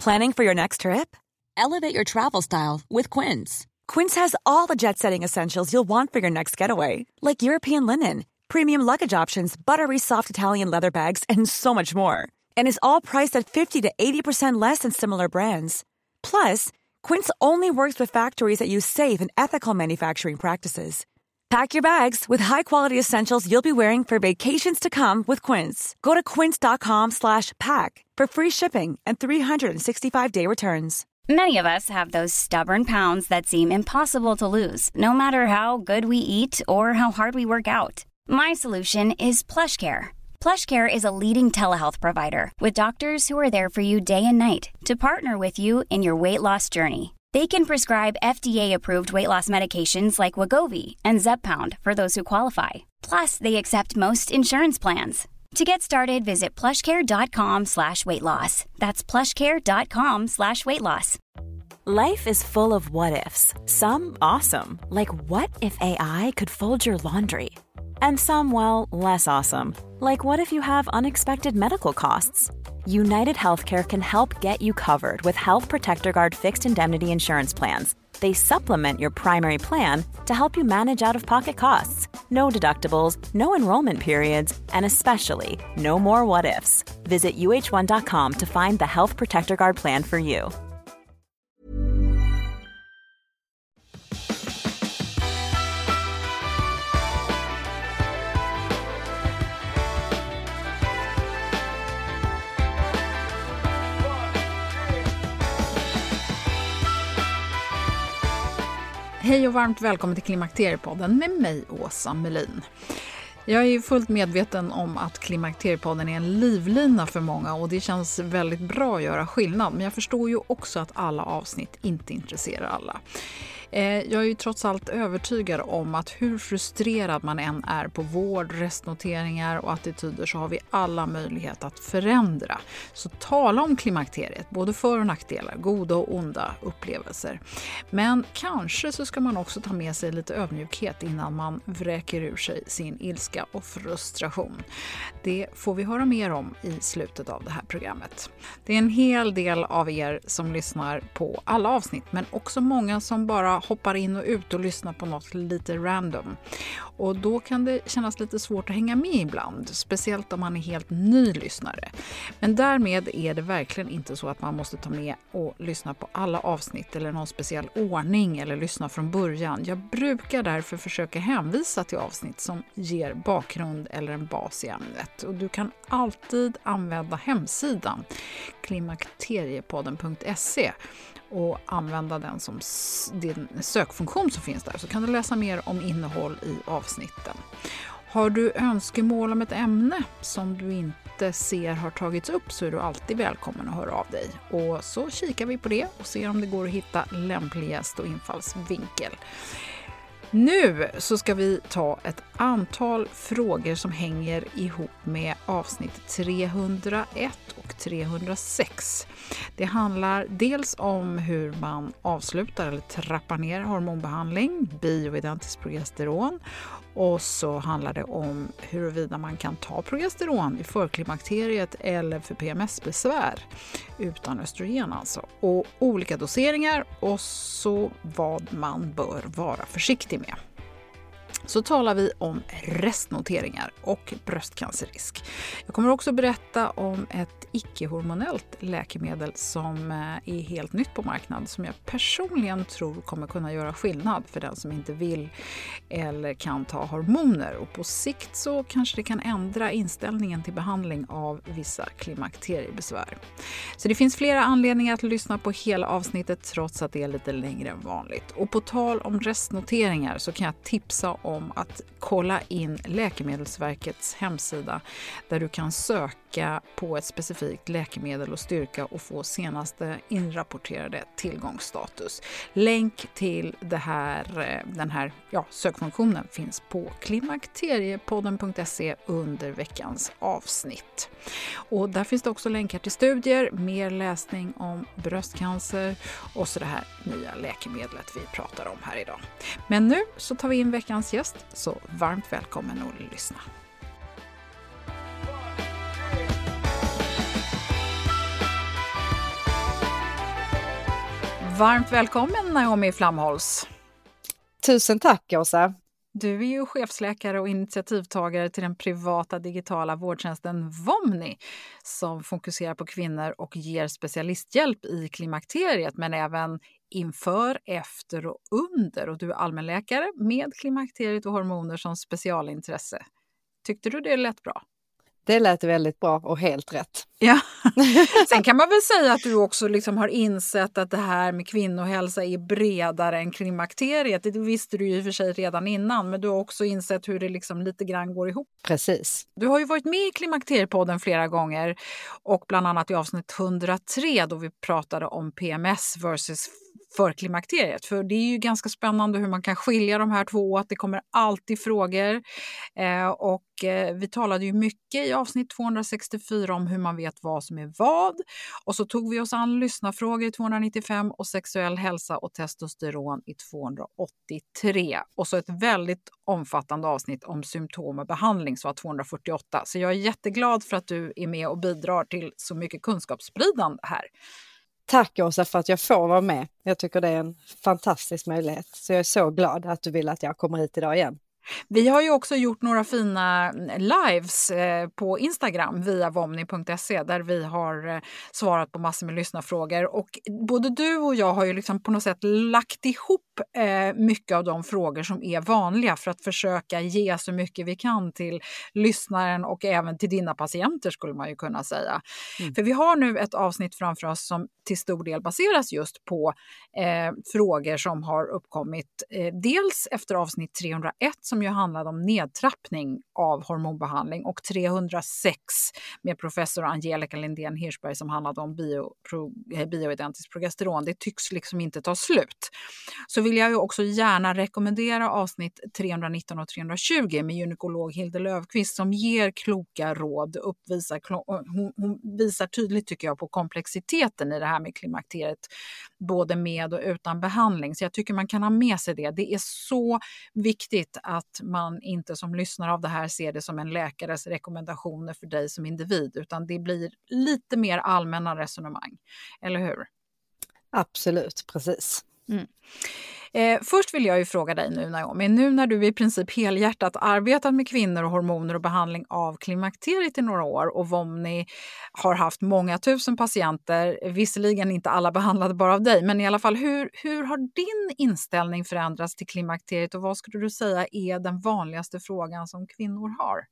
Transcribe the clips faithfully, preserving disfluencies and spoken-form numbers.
Planning for your next trip? Elevate your travel style with Quince. Quince has all the jet-setting essentials you'll want for your next getaway, like European linen, premium luggage options, buttery soft Italian leather bags, and so much more. And is all priced at fifty to eighty percent less than similar brands. Plus, Quince only works with factories that use safe and ethical manufacturing practices. Pack your bags with high-quality essentials you'll be wearing for vacations to come with Quince. Go to quince.com slash pack for free shipping and three sixty-five day returns. Many of us have those stubborn pounds that seem impossible to lose, no matter how good we eat or how hard we work out. My solution is PlushCare. PlushCare is a leading telehealth provider with doctors who are there for you day and night to partner with you in your weight loss journey. They can prescribe F D A-approved weight loss medications like Wegovy and Zepbound for those who qualify. Plus, they accept most insurance plans. To get started, visit plushcare.com slash weight loss. That's plushcare.com slash weight loss. Life is full of what-ifs. Some awesome, like what if A I could fold your laundry? And some, well, less awesome, like what if you have unexpected medical costs? United Healthcare can help get you covered with Health Protector Guard fixed indemnity insurance plans. They supplement your primary plan to help you manage out-of-pocket costs. No deductibles, no enrollment periods, and especially no more what-ifs. Visit U H one dot com to find the Health Protector Guard plan for you. Hej och varmt välkommen till Klimakteriepodden med mig, Åsa Melin. Jag är ju fullt medveten om att Klimakteriepodden är en livlina för många och det känns väldigt bra att göra skillnad. Men jag förstår ju också att alla avsnitt inte intresserar alla. Jag är ju trots allt övertygad om att hur frustrerad man än är på vård, restnoteringar och attityder så har vi alla möjlighet att förändra. Så tala om klimakteriet, både för- och nackdelar, goda och onda upplevelser. Men kanske så ska man också ta med sig lite ödmjukhet innan man vräker ur sig sin ilska och frustration. Det får vi höra mer om i slutet av det här programmet. Det är en hel del av er som lyssnar på alla avsnitt, men också många som bara hoppar in och ut och lyssnar på något lite random. Och då kan det kännas lite svårt att hänga med ibland, speciellt om man är helt ny lyssnare. Men därmed är det verkligen inte så att man måste ta med och lyssna på alla avsnitt eller någon speciell ordning eller lyssna från början. Jag brukar därför försöka hänvisa till avsnitt som ger bakgrund eller en bas i ämnet. Och du kan alltid använda hemsidan klimakteriepodden punkt se och använda den som din sökfunktion som finns där, så kan du läsa mer om innehåll i avsnitten. Har du önskemål om ett ämne som du inte ser har tagits upp så är du alltid välkommen att höra av dig. Och så kikar vi på det och ser om det går att hitta lämplig gäst och infallsvinkel. Nu så ska vi ta ett antal frågor som hänger ihop med avsnitt trehundraett och trehundrasex. Det handlar dels om hur man avslutar eller trappar ner hormonbehandling, bioidentiskt progesteron, och så handlar det om huruvida man kan ta progesteron i förklimakteriet eller för P M S-besvär utan östrogen alltså. Och olika doseringar och så vad man bör vara försiktig med. Så talar vi om restnoteringar och bröstcancerrisk. Jag kommer också berätta om ett icke-hormonellt läkemedel som är helt nytt på marknaden som jag personligen tror kommer kunna göra skillnad för den som inte vill eller kan ta hormoner. Och på sikt så kanske det kan ändra inställningen till behandling av vissa klimakteriebesvär. Så det finns flera anledningar att lyssna på hela avsnittet trots att det är lite längre än vanligt. Och på tal om restnoteringar så kan jag tipsa om om att kolla in Läkemedelsverkets hemsida där du kan söka på ett specifikt läkemedel och styrka och få senaste inrapporterade tillgångsstatus. Länk till det här, den här ja, sökfunktionen finns på klimakteriepodden punkt se under veckans avsnitt. Och där finns det också länkar till studier, mer läsning om bröstcancer och så det här nya läkemedlet vi pratar om här idag. Men nu så tar vi in veckans gäst, så varmt välkommen att lyssna. Varmt välkommen Naomi Flamholz. Tusen tack, Åsa. Du är ju chefsläkare och initiativtagare till den privata digitala vårdtjänsten Vomni som fokuserar på kvinnor och ger specialisthjälp i klimakteriet men även inför, efter och under. Och du är allmänläkare med klimakteriet och hormoner som specialintresse. Tyckte du det lät bra? Det lät väldigt bra och helt rätt. Ja, sen kan man väl säga att du också liksom har insett att det här med kvinnohälsa är bredare än klimakteriet. Det visste du ju i och för sig redan innan, men du har också insett hur det liksom lite grann går ihop. Precis. Du har ju varit med i Klimakteriepodden flera gånger och bland annat i avsnitt hundratre då vi pratade om P M S versus för klimakteriet. För det är ju ganska spännande hur man kan skilja de här två åt. Det kommer alltid frågor. Eh, och eh, vi talade ju mycket i avsnitt tvåhundrasextiofyra om hur man vet vad som är vad. Och så tog vi oss an lyssnarfrågor i tvåhundranittiofem och sexuell hälsa och testosteron i tvåhundraåttiotre. Och så ett väldigt omfattande avsnitt om symptom och behandling så var tvåhundrafyrtioåtta. Så jag är jätteglad för att du är med och bidrar till så mycket kunskapsspridande här. Tack Åsa för att jag får vara med. Jag tycker det är en fantastisk möjlighet. Så jag är så glad att du vill att jag kommer hit idag igen. Vi har ju också gjort några fina lives på Instagram via vomni punkt se där vi har svarat på massor med lyssnarfrågor. Och både du och jag har ju liksom på något sätt lagt ihop mycket av de frågor som är vanliga för att försöka ge så mycket vi kan till lyssnaren och även till dina patienter skulle man ju kunna säga. Mm. För vi har nu ett avsnitt framför oss som till stor del baseras just på eh, frågor som har uppkommit eh, dels efter avsnitt trehundraett som ju handlade om nedtrappning av hormonbehandling och trehundrasex med professor Angelica Lindén Hirschberg som handlade om bio, pro, bioidentiskt progesteron. Det tycks liksom inte ta slut. Så vill jag ju också gärna rekommendera avsnitt trehundranitton och trehundratjugo med gynekolog Hilde Löfqvist som ger kloka råd. Uppvisar, hon, hon visar tydligt tycker jag på komplexiteten i det här med klimakteriet både med och utan behandling. Så jag tycker man kan ha med sig det. Det är så viktigt att man inte som lyssnare av det här ser det som en läkares rekommendationer för dig som individ utan det blir lite mer allmänna resonemang. Eller hur? Absolut, precis. Mm. Eh, först vill jag ju fråga dig nu Naomi, nu när du i princip helhjärtat arbetat med kvinnor och hormoner och behandling av klimakteriet i några år och Vomni har haft många tusen patienter, visserligen inte alla behandlade bara av dig, men i alla fall hur, hur har din inställning förändrats till klimakteriet och vad skulle du säga är den vanligaste frågan som kvinnor har?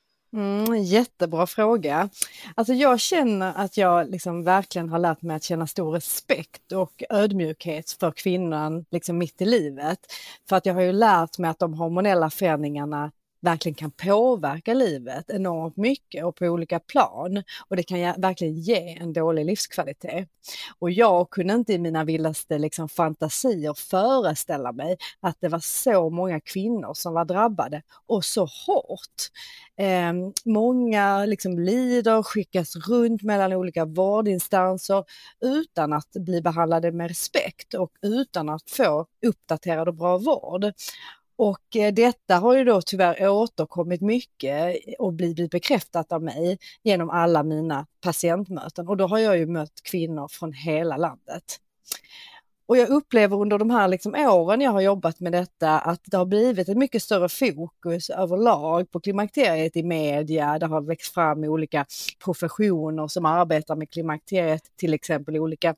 Mm, jättebra fråga. Alltså jag känner att jag liksom verkligen har lärt mig att känna stor respekt och ödmjukhet för kvinnan liksom mitt i livet. För att jag har ju lärt mig att de hormonella förändringarna verkligen kan påverka livet enormt mycket och på olika plan. Och det kan verkligen ge en dålig livskvalitet. Och jag kunde inte i mina vildaste liksom, fantasier föreställa mig att det var så många kvinnor som var drabbade och så hårt. Eh, många liksom, lider, skickas runt mellan olika vårdinstanser utan att bli behandlade med respekt och utan att få uppdaterad och bra vård. Och detta har ju då tyvärr återkommit mycket och blivit bekräftat av mig genom alla mina patientmöten. Och då har jag ju mött kvinnor från hela landet. Och jag upplever under de här liksom åren jag har jobbat med detta att det har blivit ett mycket större fokus överlag på klimakteriet i media. Det har växt fram i olika professioner som arbetar med klimakteriet, till exempel olika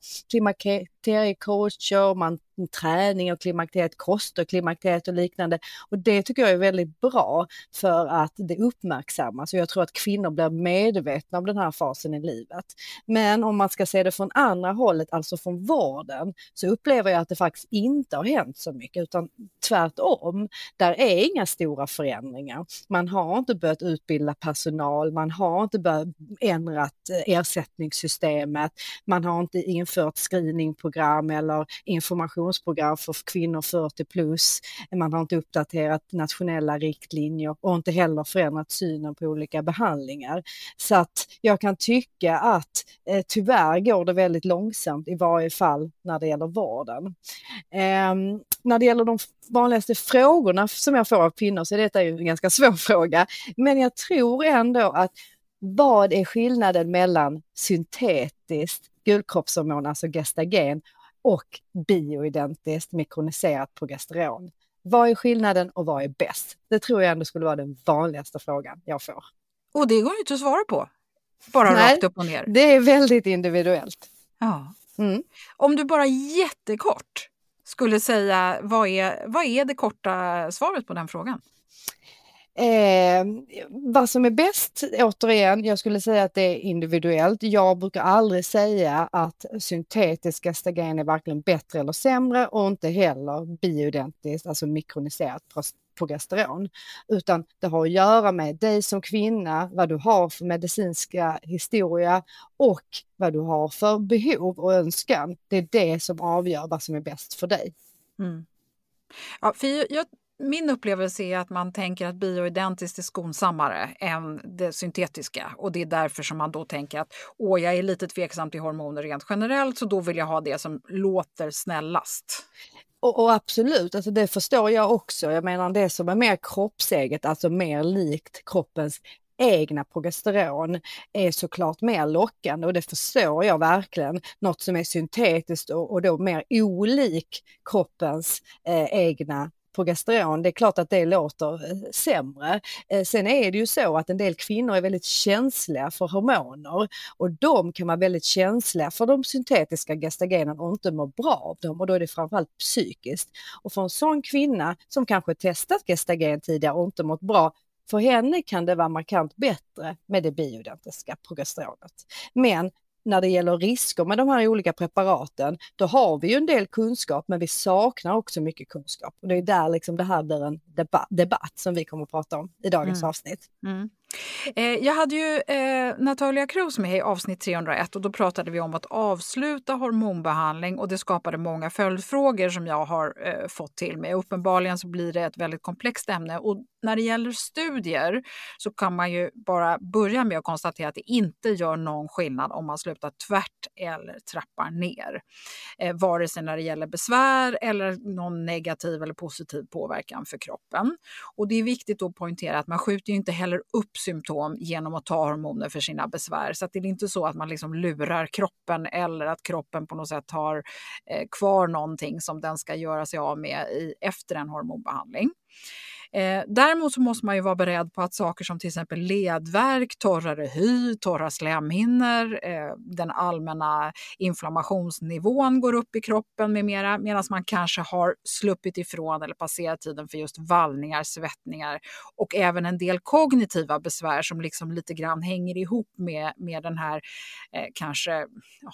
klimakteriecoacher, man träning och klimakteriet, kost och klimakteriet och liknande. Och det tycker jag är väldigt bra för att det uppmärksammas. Och jag tror att kvinnor blir medvetna om den här fasen i livet. Men om man ska se det från andra hållet, alltså från vården, så upplever jag att det faktiskt inte har hänt så mycket, utan tvärtom. Där är inga stora förändringar. Man har inte börjat utbilda personal, man har inte börjat ändrat ersättningssystemet, man har inte infört screeningprogram eller informationsprogram för kvinnor fyrtio plus, man har inte uppdaterat nationella riktlinjer och inte heller förändrat synen på olika behandlingar. Så att jag kan tycka att eh, tyvärr går det väldigt långsamt i varje fall när det gäller vården. Eh, när det gäller de vanligaste frågorna som jag får av kvinnor så är detta ju en ganska svår fråga, men jag tror ändå att vad är skillnaden mellan syntetiskt gulkroppshormon, alltså gestagen, och bioidentiskt mikroniserat progesteron. Vad är skillnaden och vad är bäst? Det tror jag ändå skulle vara den vanligaste frågan jag får. Och det går ju inte att svara på. Bara Nej, rakt upp och ner. Det är väldigt individuellt. Ja. Mm. Om du bara jättekort skulle säga, vad är, vad är det korta svaret på den frågan? Eh, vad som är bäst, återigen, jag skulle säga att det är individuellt. Jag brukar aldrig säga att syntetiska gestagen är varken bättre eller sämre och inte heller bioidentiskt, alltså mikroniserat progesteron. Utan det har att göra med dig som kvinna, vad du har för medicinska historia och vad du har för behov och önskan. Det är det som avgör vad som är bäst för dig. Mm. Ja, för jag, jag Min upplevelse är att man tänker att bioidentiskt är skonsammare än det syntetiska. Och det är därför som man då tänker att åh, jag är lite tveksam till hormoner rent generellt, så då vill jag ha det som låter snällast. Och, och absolut, alltså det förstår jag också. Jag menar det som är mer kroppseget, alltså mer likt kroppens egna progesteron är såklart mer lockande, och det förstår jag verkligen. Något som är syntetiskt och, och då mer olik kroppens eh, egna progesteron, det är klart att det låter eh, sämre. Eh, sen är det ju så att en del kvinnor är väldigt känsliga för hormoner, och de kan vara väldigt känsliga för de syntetiska gestagenen och inte må bra av dem, och då är det framförallt psykiskt. Och för en sån kvinna som kanske testat gestagen tidigare och inte mått bra, för henne kan det vara markant bättre med det bioidentiska progesteronet. Men när det gäller risker med de här olika preparaten, då har vi ju en del kunskap, men vi saknar också mycket kunskap. Och det är där liksom det här blir en debatt, debatt som vi kommer att prata om i dagens mm. avsnitt. Mm. Eh, jag hade ju eh, Natalia Cruz med i avsnitt tre hundra ett, och då pratade vi om att avsluta hormonbehandling, och det skapade många följdfrågor som jag har eh, fått till mig. Uppenbarligen så blir det ett väldigt komplext ämne, och när det gäller studier så kan man ju bara börja med att konstatera att det inte gör någon skillnad om man slutar tvärt eller trappar ner. Eh, vare sig när det gäller besvär eller någon negativ eller positiv påverkan för kroppen. Och det är viktigt att poängtera att man skjuter ju inte heller upp symptom genom att ta hormoner för sina besvär. Så att det är inte så att man liksom lurar kroppen, eller att kroppen på något sätt har eh, kvar någonting som den ska göra sig av med i, efter en hormonbehandling. Eh, däremot så måste man ju vara beredd på att saker som till exempel ledvärk, torrare hy, torra slemhinnor, eh, den allmänna inflammationsnivån går upp i kroppen med mera, medan man kanske har sluppit ifrån eller passerat tiden för just vallningar, svettningar och även en del kognitiva besvär som liksom lite grann hänger ihop med, med den här eh, kanske oh,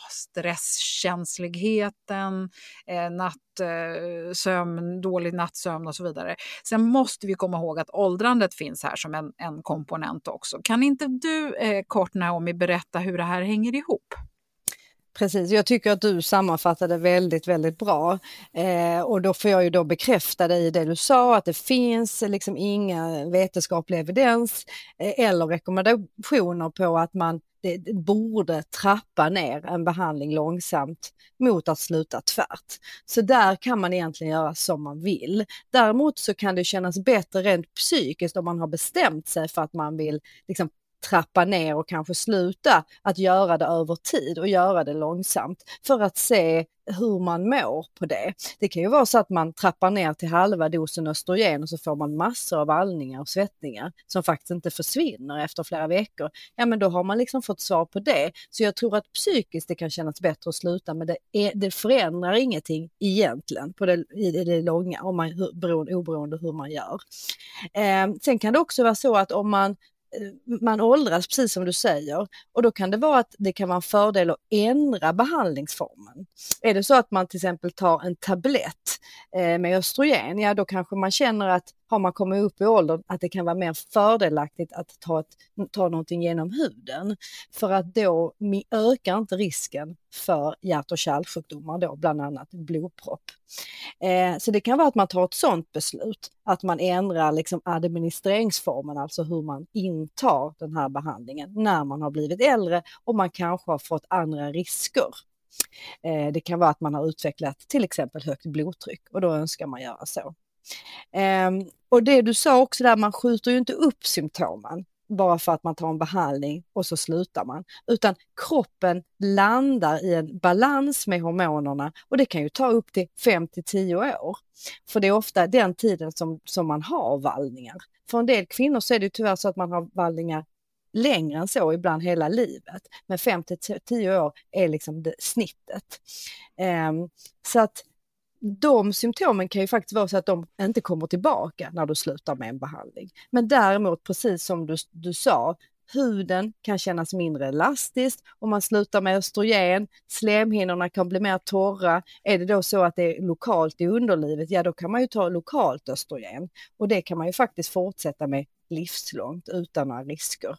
stresskänsligheten, eh, natt sömn, dålig nattsömn och så vidare. Sen måste vi komma ihåg att åldrandet finns här som en, en komponent också. Kan inte du eh, kort Naomi berätta hur det här hänger ihop? Precis, jag tycker att du sammanfattade väldigt, väldigt bra. Eh, och då får jag ju då bekräfta det i det du sa, att det finns liksom inga vetenskaplig evidens eh, eller rekommendationer på att man det borde trappa ner en behandling långsamt mot att sluta tvärt. Så där kan man egentligen göra som man vill. Däremot så kan det kännas bättre rent psykiskt om man har bestämt sig för att man vill liksom trappa ner och kanske sluta att göra det över tid och göra det långsamt för att se hur man mår på det. Det kan ju vara så att man trappar ner till halva dosen östrogen och så får man massor av vallningar och svettningar som faktiskt inte försvinner efter flera veckor. Ja, men då har man liksom fått svar på det. Så jag tror att psykiskt det kan kännas bättre att sluta, men det, är, det förändrar ingenting egentligen på det, i det, det långa, om man, hur, beroende, oberoende hur man gör. Eh, sen kan det också vara så att om man man åldras, precis som du säger, och då kan det vara att det kan vara en fördel att ändra behandlingsformen. Är det så att man till exempel tar en tablett eh, med östrogen, ja då kanske man känner att har man kommit upp i åldern att det kan vara mer fördelaktigt att ta, ett, ta någonting genom huden, för att då ökar inte risken för hjärt- och kärlsjukdomar då, bland annat blodpropp. Eh, så det kan vara att man tar ett sådant beslut, att man ändrar liksom administreringsformen, alltså hur man intar den här behandlingen när man har blivit äldre och man kanske har fått andra risker. Eh, det kan vara att man har utvecklat till exempel högt blodtryck och då önskar man göra så. Um, och det du sa också där, man skjuter ju inte upp symptomen. bara för att man tar en behandling och så slutar man. Utan kroppen landar i en balans med hormonerna och det kan ju ta upp till fem till tio år. För det är ofta den tiden som, som man har vallningar. För en del kvinnor så är det ju tyvärr så att man har vallningar längre än så, ibland hela livet. Men fem till tio år är liksom det snittet. Um, så att de symptomen kan ju faktiskt vara så att de inte kommer tillbaka när du slutar med en behandling. Men däremot, precis som du, du sa, huden kan kännas mindre elastisk om man slutar med östrogen, slemhinnorna kan bli mer torra. Är det då så att det är lokalt i underlivet, ja då kan man ju ta lokalt östrogen. Och det kan man ju faktiskt fortsätta med livslångt utan några risker.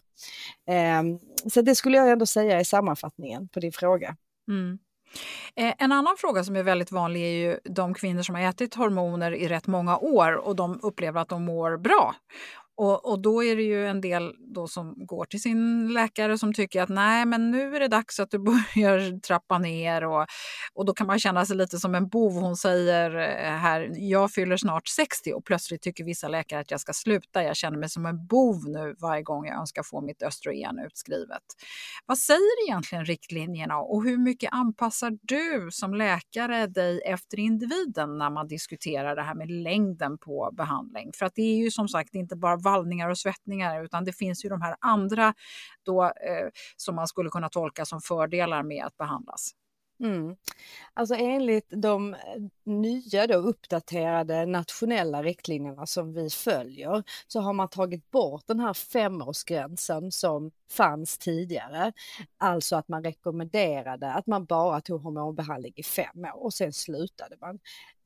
Um, så det skulle jag ändå säga är sammanfattningen på din fråga. Mm. En annan fråga som är väldigt vanlig är ju de kvinnor som har ätit hormoner i rätt många år och de upplever att de mår bra. Och, och då är det ju en del då som går till sin läkare som tycker att nej men nu är det dags att du börjar trappa ner och, och då kan man känna sig lite som en bov. Hon säger här, jag fyller snart sextio och plötsligt tycker vissa läkare att jag ska sluta. Jag känner mig som en bov nu varje gång jag önskar få mitt östrogen utskrivet. Vad säger egentligen riktlinjerna och hur mycket anpassar du som läkare dig efter individen när man diskuterar det här med längden på behandling? För att det är ju som sagt inte bara vallningar och svettningar utan det finns ju de här andra då, eh, som man skulle kunna tolka som fördelar med att behandlas. Mm. Alltså enligt de nya då uppdaterade nationella riktlinjerna som vi följer så har man tagit bort den här femårsgränsen som fanns tidigare. Alltså att man rekommenderade att man bara tog hormonbehandling i fem år och sen slutade man.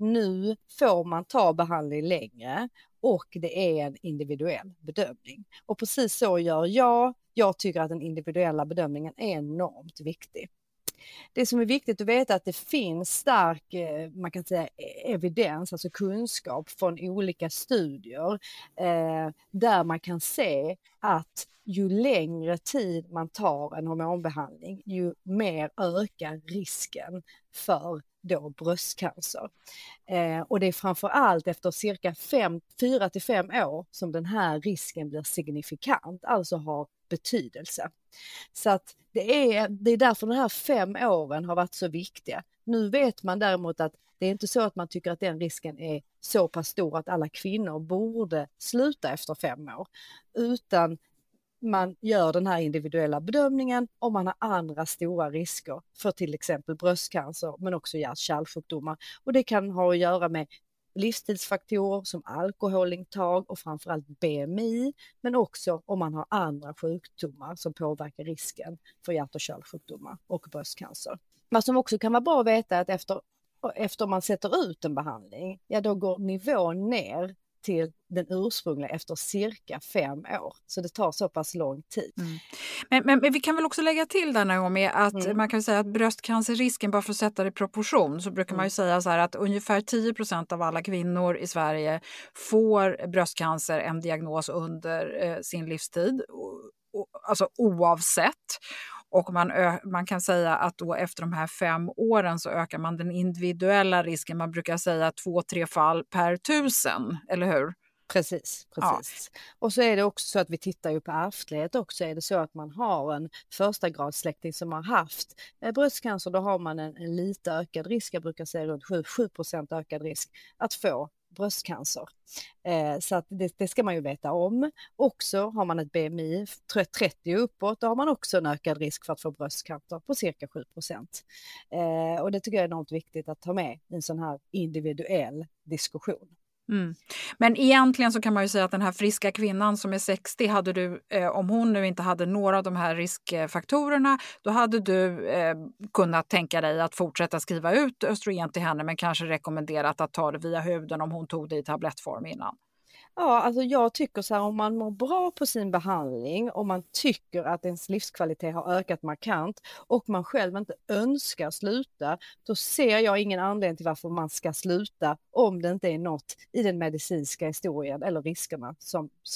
Nu får man ta behandling längre och det är en individuell bedömning. Och precis så gör jag. Jag tycker att den individuella bedömningen är enormt viktig. Det som är viktigt att veta är att det finns stark, man kan säga, evidens, alltså kunskap från olika studier eh, där man kan se att ju längre tid man tar en hormonbehandling, ju mer ökar risken för då bröstcancer. Eh, och det är framförallt efter cirka fyra till fem år som den här risken blir signifikant, alltså har betydelse. Så att det är, det är därför de här fem åren har varit så viktiga. Nu vet man däremot att det är inte så att man tycker att den risken är så pass stor att alla kvinnor borde sluta efter fem år, utan man gör den här individuella bedömningen om man har andra stora risker för till exempel bröstcancer men också hjärt-kärlsjukdomar. Och det kan ha att göra med livsstilsfaktorer som alkoholintag och framförallt B M I, men också om man har andra sjukdomar som påverkar risken för hjärt- och kärlsjukdomar och bröstcancer. Vad som också kan vara bra att veta är att efter, efter man sätter ut en behandling, ja då går nivån ner till den ursprungliga efter cirka fem år. Så det tar så pass lång tid. Mm. Men, men, men vi kan väl också lägga till där Naomi att mm. man kan säga att bröstcancerrisken, bara för att sätta det i proportion, så brukar mm. man ju säga så här att ungefär tio procent av alla kvinnor i Sverige får bröstcancer, en diagnos under eh, sin livstid. Och, och, alltså oavsett. Och man, ö- man kan säga att då efter de här fem åren så ökar man den individuella risken. Man brukar säga två, tre fall per tusen, eller hur? Precis, precis. Ja. Och så är det också så att vi tittar ju på ärftlighet också. Är det så att man har en första gradssläkting som har haft eh, bröstcancer, då har man en, en lite ökad risk, jag brukar säga runt sju procent ökad risk att få bröstcancer. Eh, så att det, det ska man ju veta om. Också har man ett B M I trettio uppåt, då har man också en ökad risk för att få bröstcancer på cirka sju procent. Eh, och det tycker jag är enormt viktigt att ta med i en sån här individuell diskussion. Mm. Men egentligen så kan man ju säga att den här friska kvinnan som är sextio, hade du, eh, om hon nu inte hade några av de här riskfaktorerna, då hade du eh, kunnat tänka dig att fortsätta skriva ut östrogen till henne, men kanske rekommenderat att ta det via huden om hon tog det i tablettform innan. Ja, alltså jag tycker så här, om man mår bra på sin behandling, om man tycker att ens livskvalitet har ökat markant och man själv inte önskar sluta, då ser jag ingen anledning till varför man ska sluta om det inte är något i den medicinska historien eller riskerna som, som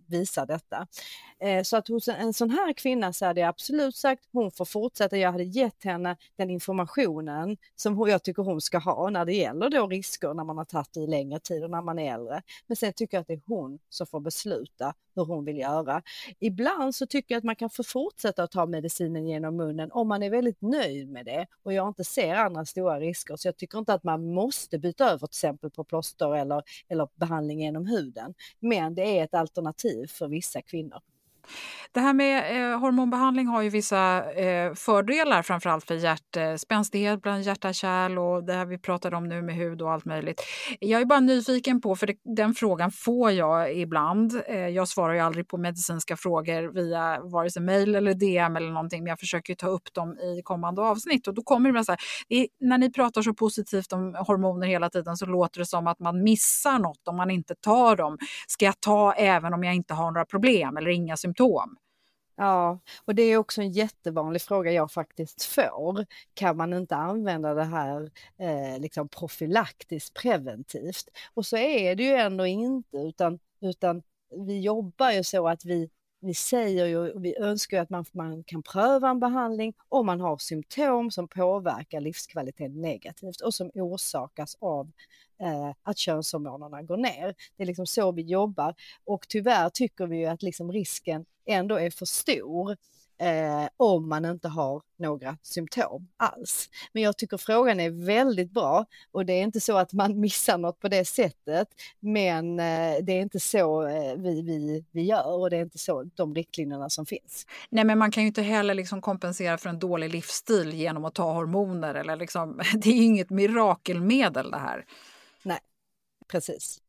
visar detta. Eh, så att hos en, en sån här kvinna så är det absolut sagt, hon får fortsätta. Jag hade gett henne den informationen som hon, jag tycker hon ska ha när det gäller då risker när man har tagit det i längre tid och när man är äldre. Men sen tycker jag att det är hon som får besluta hur hon vill göra. Ibland så tycker jag att man kan få fortsätta att ta medicinen genom munnen om man är väldigt nöjd med det och jag inte ser andra stora risker. Så jag tycker inte att man måste byta över till exempel på plåster eller, eller behandling genom huden. Men det är ett alternativ för vissa kvinnor. Det här med eh, hormonbehandling har ju vissa eh, fördelar, framförallt för hjärtspänstighet bland hjärtakärl och det här vi pratade om nu med hud och allt möjligt. Jag är bara nyfiken på, för det, den frågan får jag ibland. Eh, jag svarar ju aldrig på medicinska frågor via vare sig mejl eller D M eller någonting, men jag försöker ta upp dem i kommande avsnitt. Och då kommer det så här, det är, när ni pratar så positivt om hormoner hela tiden så låter det som att man missar något om man inte tar dem. Ska jag ta även om jag inte har några problem eller inga symptom? Ja, och det är också en jättevanlig fråga jag faktiskt får. Kan man inte använda det här eh, liksom profylaktiskt, preventivt? Och så är det ju ändå inte, utan, utan vi jobbar ju så att vi, vi säger ju, vi önskar ju att man, man kan pröva en behandling om man har symptom som påverkar livskvaliteten negativt och som orsakas av Eh, att könshormonerna går ner. Det är liksom så vi jobbar och tyvärr tycker vi ju att liksom risken ändå är för stor eh, om man inte har några symptom alls. Men jag tycker frågan är väldigt bra och det är inte så att man missar något på det sättet, men eh, det är inte så eh, vi, vi, vi gör och det är inte så de riktlinjerna som finns. Nej, men man kan ju inte heller liksom kompensera för en dålig livsstil genom att ta hormoner eller liksom, det är ju inget mirakelmedel det här. Nej, precis.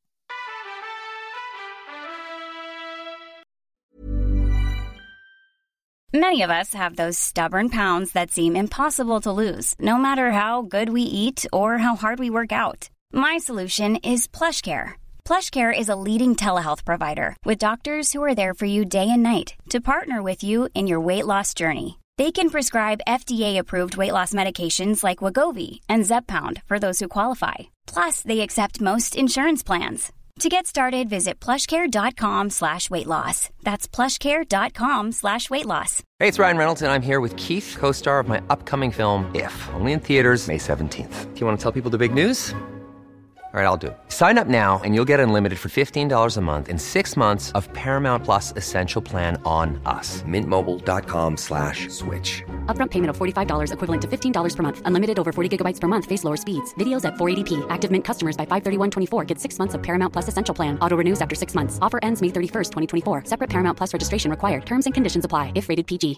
Many of us have those stubborn pounds that seem impossible to lose, no matter how good we eat or how hard we work out. My solution is PlushCare. PlushCare is a leading telehealth provider with doctors who are there for you day and night to partner with you in your weight loss journey. They can prescribe F D A-approved weight loss medications like Wegovy and Zepbound for those who qualify. Plus, they accept most insurance plans. To get started, visit plushcare.com slash weight loss. That's plushcare.com slash weight loss. Hey, it's Ryan Reynolds, and I'm here with Keith, co-star of my upcoming film, If, only in theaters May seventeenth. Do you want to tell people the big news? All right, I'll do it. Sign up now and you'll get unlimited for fifteen dollars a month and six months of Paramount Plus Essential Plan on us. Mint Mobile dot com slash switch. Upfront payment of forty-five dollars equivalent to fifteen dollars per month. Unlimited over forty gigabytes per month. Face lower speeds. Videos at four eighty p. Active Mint customers by five thirty-one twenty-four get six months of Paramount Plus Essential Plan. Auto renews after six months. Offer ends May thirty-first, twenty twenty-four. Separate Paramount Plus registration required. Terms and conditions apply if rated P G.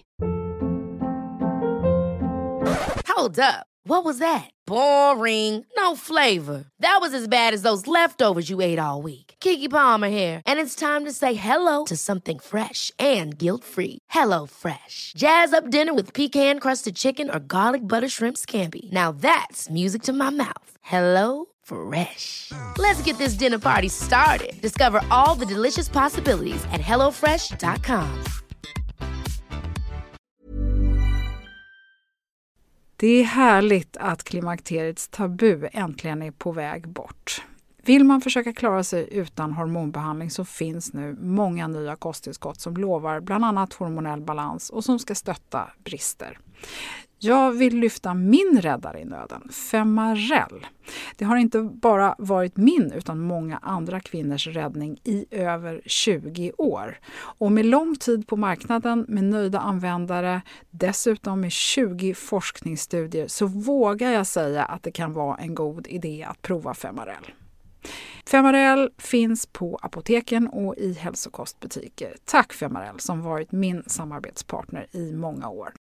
Hold up. What was that? Boring. No flavor. That was as bad as those leftovers you ate all week. Keke Palmer here. And it's time to say hello to something fresh and guilt-free. Hello Fresh. Jazz up dinner with pecan-crusted chicken or garlic butter shrimp scampi. Now that's music to my mouth. Hello Fresh. Let's get this dinner party started. Discover all the delicious possibilities at hello fresh dot com. Det är härligt att klimakteriets tabu äntligen är på väg bort. Vill man försöka klara sig utan hormonbehandling så finns nu många nya kosttillskott som lovar bland annat hormonell balans och som ska stötta brister. Jag vill lyfta min räddare i nöden, Femarel. Det har inte bara varit min utan många andra kvinnors räddning i över tjugo år. Och med lång tid på marknaden, med nöjda användare, dessutom med tjugo forskningsstudier så vågar jag säga att det kan vara en god idé att prova Femarel. Femarel finns på apoteken och i hälsokostbutiker. Tack Femarel som varit min samarbetspartner i många år.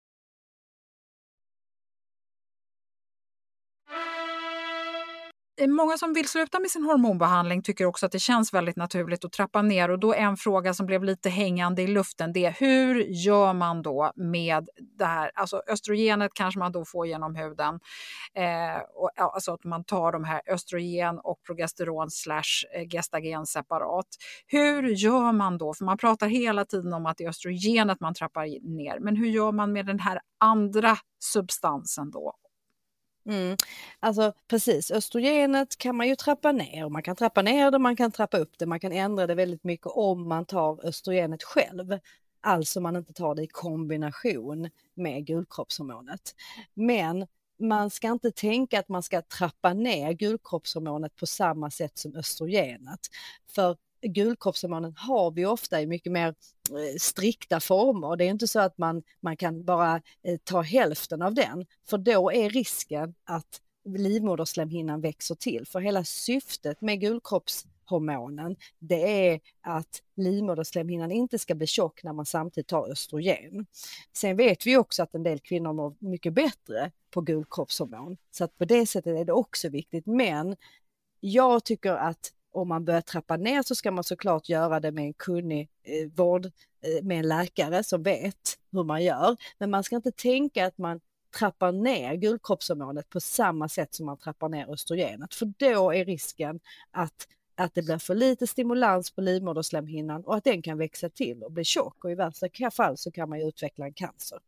Många som vill sluta med sin hormonbehandling tycker också att det känns väldigt naturligt att trappa ner, och då är en fråga som blev lite hängande i luften det: hur gör man då med det här? Alltså östrogenet kanske man då får genom huden, eh, och, alltså att man tar de här östrogen och progesteron slash gestagen separat. Hur gör man då? För man pratar hela tiden om att det är östrogenet man trappar ner, men hur gör man med den här andra substansen då? Mm. Alltså precis, östrogenet kan man ju trappa ner. Man kan trappa ner det, man kan trappa upp det. Man kan ändra det väldigt mycket om man tar östrogenet själv. Alltså man inte tar det i kombination med gulkroppshormonet. Men man ska inte tänka att man ska trappa ner gulkroppshormonet på samma sätt som östrogenet. För gulkroppshormonen har vi ofta i mycket mer strikta former. Det är inte så att man, man kan bara eh, ta hälften av den, för då är risken att livmoderslemhinnan växer till. För hela syftet med gulkroppshormonen, det är att livmoderslemhinnan inte ska bli tjock när man samtidigt tar östrogen. Sen vet vi också att en del kvinnor mår mycket bättre på gulkroppshormon, så att på det sättet är det också viktigt. Men jag tycker att om man börjar trappa ner så ska man såklart göra det med en kunnig eh, vård, eh, med en läkare som vet hur man gör. Men man ska inte tänka att man trappar ner gulkroppshormonet på samma sätt som man trappar ner östrogenet. För då är risken att, att det blir för lite stimulans på livmoderslemhinnan och att den kan växa till och bli tjock. Och i värsta fall så kan man ju utveckla en cancer.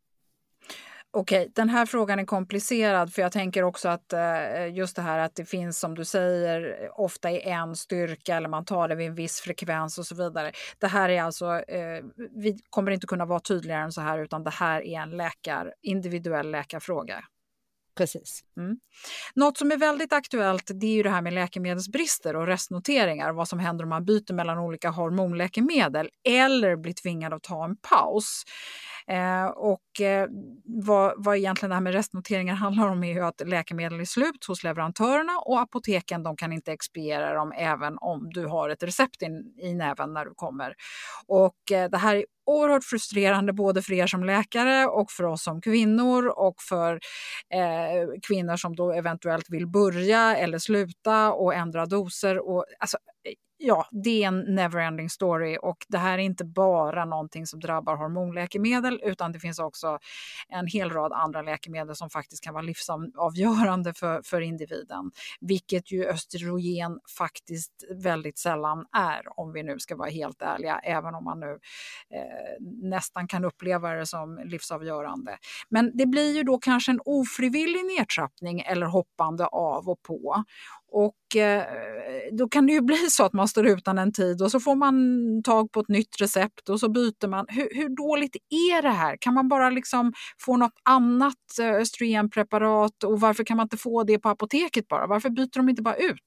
Okej, den här frågan är komplicerad, för jag tänker också att just det här att det finns, som du säger, ofta i en styrka eller man tar det vid en viss frekvens och så vidare. Det här är alltså, vi kommer inte kunna vara tydligare än så här, utan det här är en läkar, individuell läkarfråga. Precis. Mm. Något som är väldigt aktuellt, det är ju det här med läkemedelsbrister och restnoteringar. Vad som händer om man byter mellan olika hormonläkemedel eller blir tvingad att ta en paus. Eh, och eh, vad, vad egentligen det här med restnoteringar handlar om är ju att läkemedel är slut hos leverantörerna och apoteken, de kan inte expediera dem även om du har ett recept in, i näven när du kommer. Och eh, det här är oerhört frustrerande både för er som läkare och för oss som kvinnor och för eh, kvinnor som då eventuellt vill börja eller sluta och ändra doser. Och, alltså, ja, det är en never-ending story, och det här är inte bara någonting som drabbar hormonläkemedel, utan det finns också en hel rad andra läkemedel som faktiskt kan vara livsavgörande för, för individen, vilket ju östrogen faktiskt väldigt sällan är, om vi nu ska vara helt ärliga, även om man nu eh, nästan kan uppleva det som livsavgörande. Men det blir ju då kanske en ofrivillig nedtrappning eller hoppande av och på. Och eh, då kan det ju bli så att man står utan en tid och så får man tag på ett nytt recept och så byter man. Hur, hur dåligt är det här? Kan man bara liksom få något annat östrogenpreparat, och varför kan man inte få det på apoteket bara? Varför byter de inte bara ut?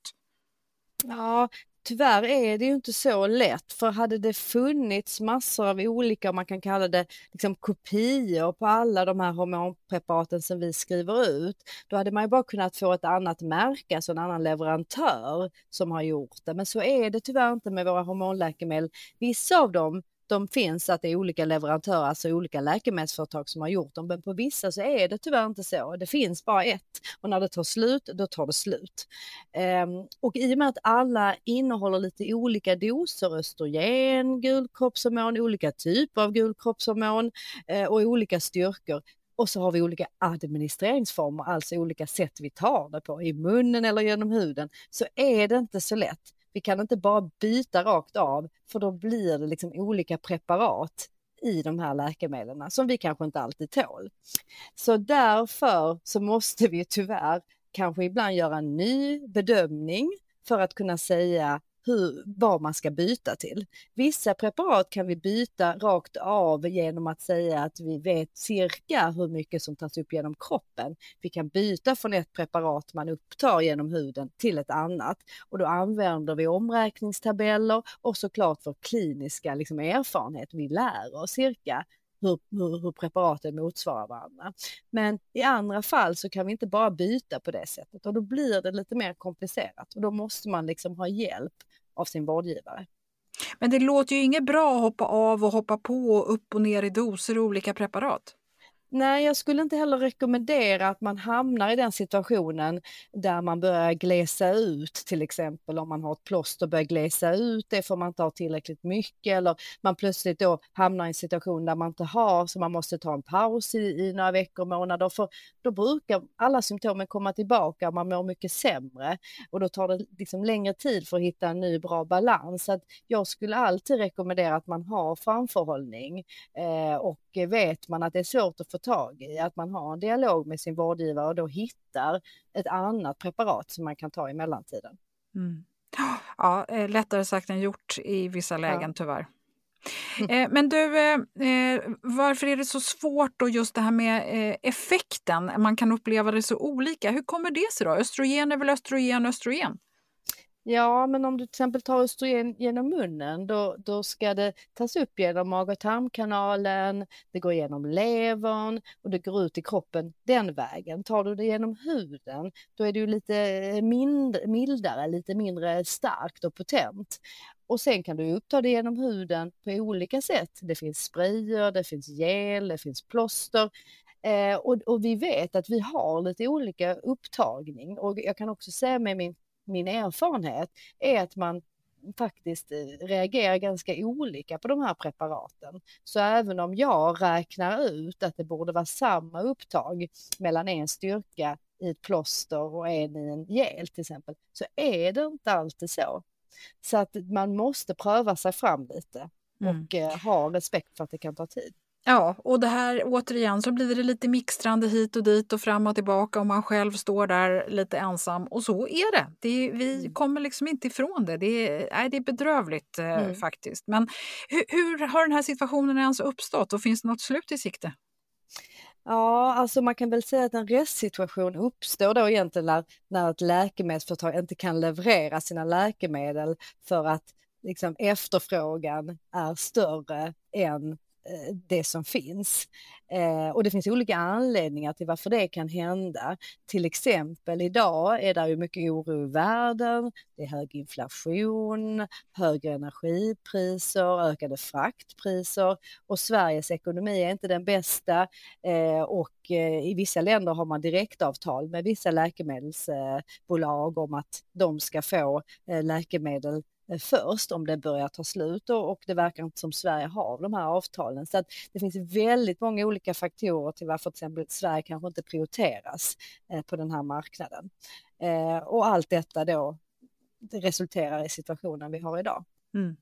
Ja, tyvärr är det ju inte så lätt, för hade det funnits massor av olika, man kan kalla det liksom kopior på alla de här hormonpreparaten som vi skriver ut, då hade man ju bara kunnat få ett annat märke, alltså en annan leverantör som har gjort det. Men så är det tyvärr inte med våra hormonläkemedel. Vissa av dem, de finns att det är olika leverantörer, alltså olika läkemedelsföretag som har gjort dem, men på vissa så är det tyvärr inte så. Det finns bara ett, och när det tar slut, då tar det slut. Um, och i och med att alla innehåller lite olika doser östrogen, gulkroppshormon, olika typer av gulkroppshormon uh, och olika styrkor, och så har vi olika administreringsformer, alltså olika sätt vi tar det på, i munnen eller genom huden, så är det inte så lätt. Vi kan inte bara byta rakt av, för då blir det liksom olika preparat i de här läkemedlen som vi kanske inte alltid tål. Så därför så måste vi tyvärr kanske ibland göra en ny bedömning för att kunna säga hur, vad man ska byta till. Vissa preparat kan vi byta rakt av genom att säga att vi vet cirka hur mycket som tas upp genom kroppen. Vi kan byta från ett preparat man upptar genom huden till ett annat, och då använder vi omräkningstabeller och såklart för kliniska liksom, erfarenhet. Vi lär oss cirka Hur, hur, hur preparaten motsvarar varandra. Men i andra fall så kan vi inte bara byta på det sättet, och då blir det lite mer komplicerat, och då måste man liksom ha hjälp av sin vårdgivare. Men det låter ju inget bra att hoppa av och hoppa på upp och ner i doser och olika preparat. Nej, jag skulle inte heller rekommendera att man hamnar i den situationen där man börjar glesa ut, till exempel om man har ett plåster och börjar glesa ut, det får man inte ha tillräckligt mycket, eller man plötsligt då hamnar i en situation där man inte har, så man måste ta en paus i, i några veckor, månader, för då brukar alla symptomen komma tillbaka och man mår mycket sämre, och då tar det liksom längre tid för att hitta en ny bra balans. Så att jag skulle alltid rekommendera att man har framförhållning eh, och vet man att det är svårt att få tag i, att man har en dialog med sin vårdgivare och då hittar ett annat preparat som man kan ta i mellantiden. Mm. Ja, lättare sagt än gjort i vissa lägen, ja. Tyvärr. Mm. Men du, varför är det så svårt då just det här med effekten? Man kan uppleva det så olika. Hur kommer det sig då? Östrogen är väl östrogen, östrogen? Ja, men om du till exempel tar östrogen genom munnen, då, då ska det tas upp genom mag- och tarmkanalen, det går genom levern och det går ut i kroppen den vägen. Tar du det genom huden, då är det ju lite mindre, mildare, lite mindre starkt och potent. Och sen kan du uppta det genom huden på olika sätt. Det finns sprayer, det finns gel, det finns plåster. Eh, och, och vi vet att vi har lite olika upptagning. Och jag kan också säga med min, min erfarenhet är att man faktiskt reagerar ganska olika på de här preparaten. Så även om jag räknar ut att det borde vara samma upptag mellan en styrka i ett plåster och en i en gel till exempel, så är det inte alltid så. Så att man måste pröva sig fram lite och mm. ha respekt för att det kan ta tid. Ja, och det här återigen så blir det lite mixtrande hit och dit och fram och tillbaka och man själv står där lite ensam. Och så är det. det är, vi mm. kommer liksom inte ifrån det. Det är, nej, det är bedrövligt eh, mm. faktiskt. Men hur, hur har den här situationen ens uppstått och finns det något slut i sikte? Ja, alltså man kan väl säga att en restsituation uppstår då egentligen när, när ett läkemedelsföretag inte kan leverera sina läkemedel för att liksom, efterfrågan är större än det som finns. Eh, och det finns olika anledningar till varför det kan hända. Till exempel idag är det ju mycket oro i världen. Det är hög inflation, högre energipriser, ökade fraktpriser och Sveriges ekonomi är inte den bästa eh, och eh, i vissa länder har man direktavtal med vissa läkemedelsbolag om att de ska få eh, läkemedel först om det börjar ta slut och, och det verkar inte som Sverige har de här avtalen. Så att det finns väldigt många olika faktorer till varför till exempel Sverige kanske inte prioriteras eh, på den här marknaden. Eh, och allt detta då det resulterar i situationen vi har idag. Mm.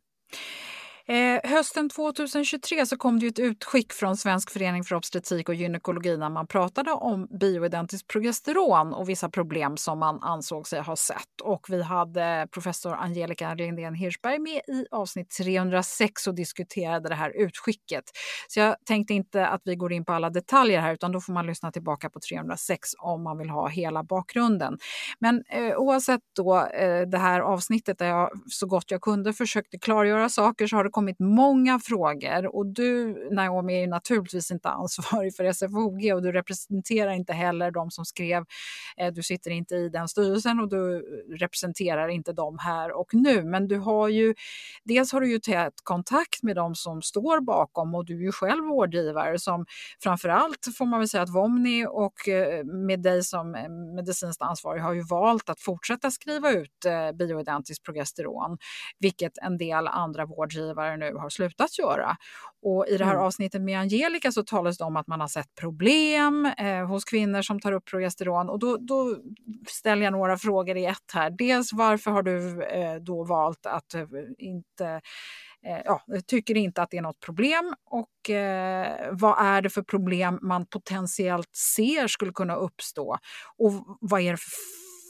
Eh, hösten tjugohundratjugotre så kom det ett utskick från Svensk förening för obstetrik och gynekologi när man pratade om bioidentiskt progesteron och vissa problem som man ansåg sig ha sett. Och vi hade professor Angelica Lindén Hirschberg med i avsnitt trehundrasex och diskuterade det här utskicket. Så jag tänkte inte att vi går in på alla detaljer här utan då får man lyssna tillbaka på trehundrasex om man vill ha hela bakgrunden. Men eh, oavsett då eh, det här avsnittet där jag så gott jag kunde försökte klargöra saker så har det kommit många frågor och du, Naomi, är ju naturligtvis inte ansvarig för S F O G och du representerar inte heller de som skrev, du sitter inte i den styrelsen och du representerar inte dem här och nu, men du har ju, dels har du ju tagit kontakt med de som står bakom och du är ju själv vårdgivare som framförallt får man väl säga att Vomni och med dig som medicinskt ansvarig har ju valt att fortsätta skriva ut bioidentiskt progesteron, vilket en del andra vårdgivare nu har slutat göra. Och i det här mm. avsnittet med Angelica så talas det om att man har sett problem eh, hos kvinnor som tar upp progesteron och då, då ställer jag några frågor i ett här. Dels varför har du eh, då valt att eh, inte eh, ja, tycker inte att det är något problem och eh, vad är det för problem man potentiellt ser skulle kunna uppstå och vad är det för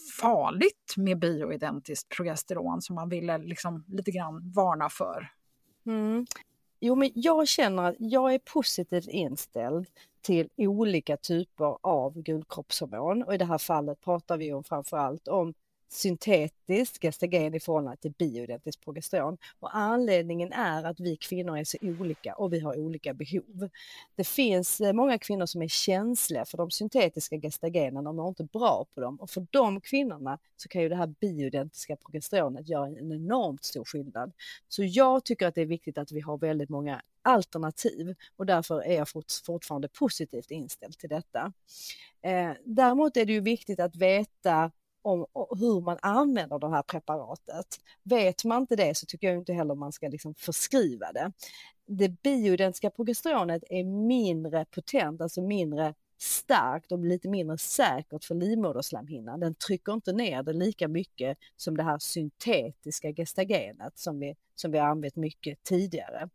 farligt med bioidentiskt progesteron som man ville liksom lite grann varna för? Mm. Jo, men jag känner att jag är positivt inställd till olika typer av gulkroppshormon och i det här fallet pratar vi om framförallt om syntetiskt gestagen i förhållande till bioidentiskt progesteron och anledningen är att vi kvinnor är så olika och vi har olika behov. Det finns många kvinnor som är känsliga för de syntetiska gestagenen, de är inte bra på dem och för de kvinnorna så kan ju det här bioidentiska progesteronet göra en enormt stor skillnad. Så jag tycker att det är viktigt att vi har väldigt många alternativ och därför är jag fort, fortfarande positivt inställd till detta. Eh, däremot är det ju viktigt att veta om hur man använder det här preparatet. Vet man inte det så tycker jag inte heller man ska liksom förskriva det. Det bioidentiska progesteronet är mindre potent, alltså mindre starkt och lite mindre säkert för livmoderslemhinnan. Den trycker inte ner det lika mycket som det här syntetiska gestagenet som vi, som vi har använt mycket tidigare.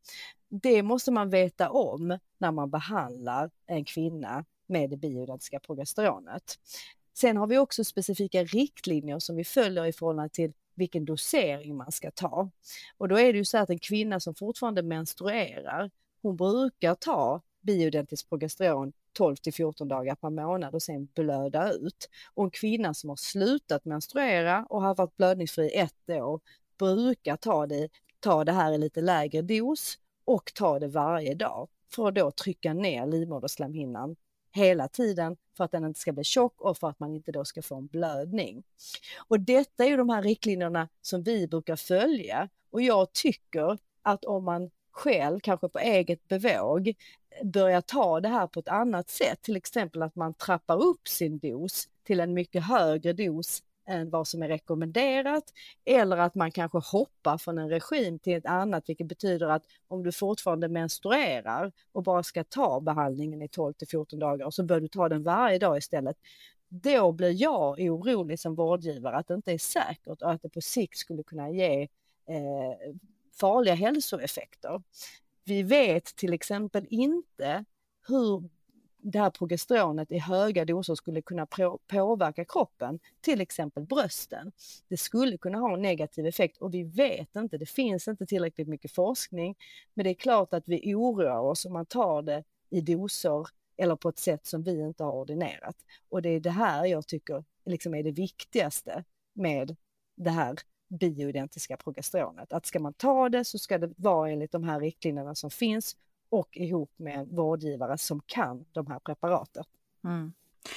det måste man veta om när man behandlar en kvinna med det bioidentiska progesteronet. Sen har vi också specifika riktlinjer som vi följer i förhållande till vilken dosering man ska ta. Och då är det ju så att en kvinna som fortfarande menstruerar, hon brukar ta bioidentiskt progesteron tolv till fjorton dagar per månad och sen blöda ut. Och en kvinna som har slutat menstruera och har varit blödningsfri ett år brukar ta det, ta det här i lite lägre dos och ta det varje dag för att då trycka ner livmoderslemhinnan hela tiden för att den inte ska bli tjock och för att man inte då ska få en blödning. Och detta är ju de här riktlinjerna som vi brukar följa, och jag tycker att om man själv, kanske på eget bevåg, börjar ta det här på ett annat sätt, till exempel att man trappar upp sin dos till en mycket högre dos än vad som är rekommenderat, eller att man kanske hoppar från en regim till ett annat, vilket betyder att om du fortfarande menstruerar och bara ska ta behandlingen i tolv till fjorton dagar och så bör du ta den varje dag istället, då blir jag orolig som vårdgivare att det inte är säkert och att det på sikt skulle kunna ge eh, farliga hälsoeffekter. Vi vet till exempel inte hur det här progesteronet i höga doser skulle kunna påverka kroppen, till exempel brösten. Det skulle kunna ha en negativ effekt och vi vet inte, det finns inte tillräckligt mycket forskning, men det är klart att vi oroar oss om man tar det i doser eller på ett sätt som vi inte har ordinerat. Och det är det här jag tycker liksom är det viktigaste med det här bioidentiska progesteronet. Att ska man ta det så ska det vara enligt de här riktlinjerna som finns och ihop med vårdgivare som kan de här preparaten. Mm.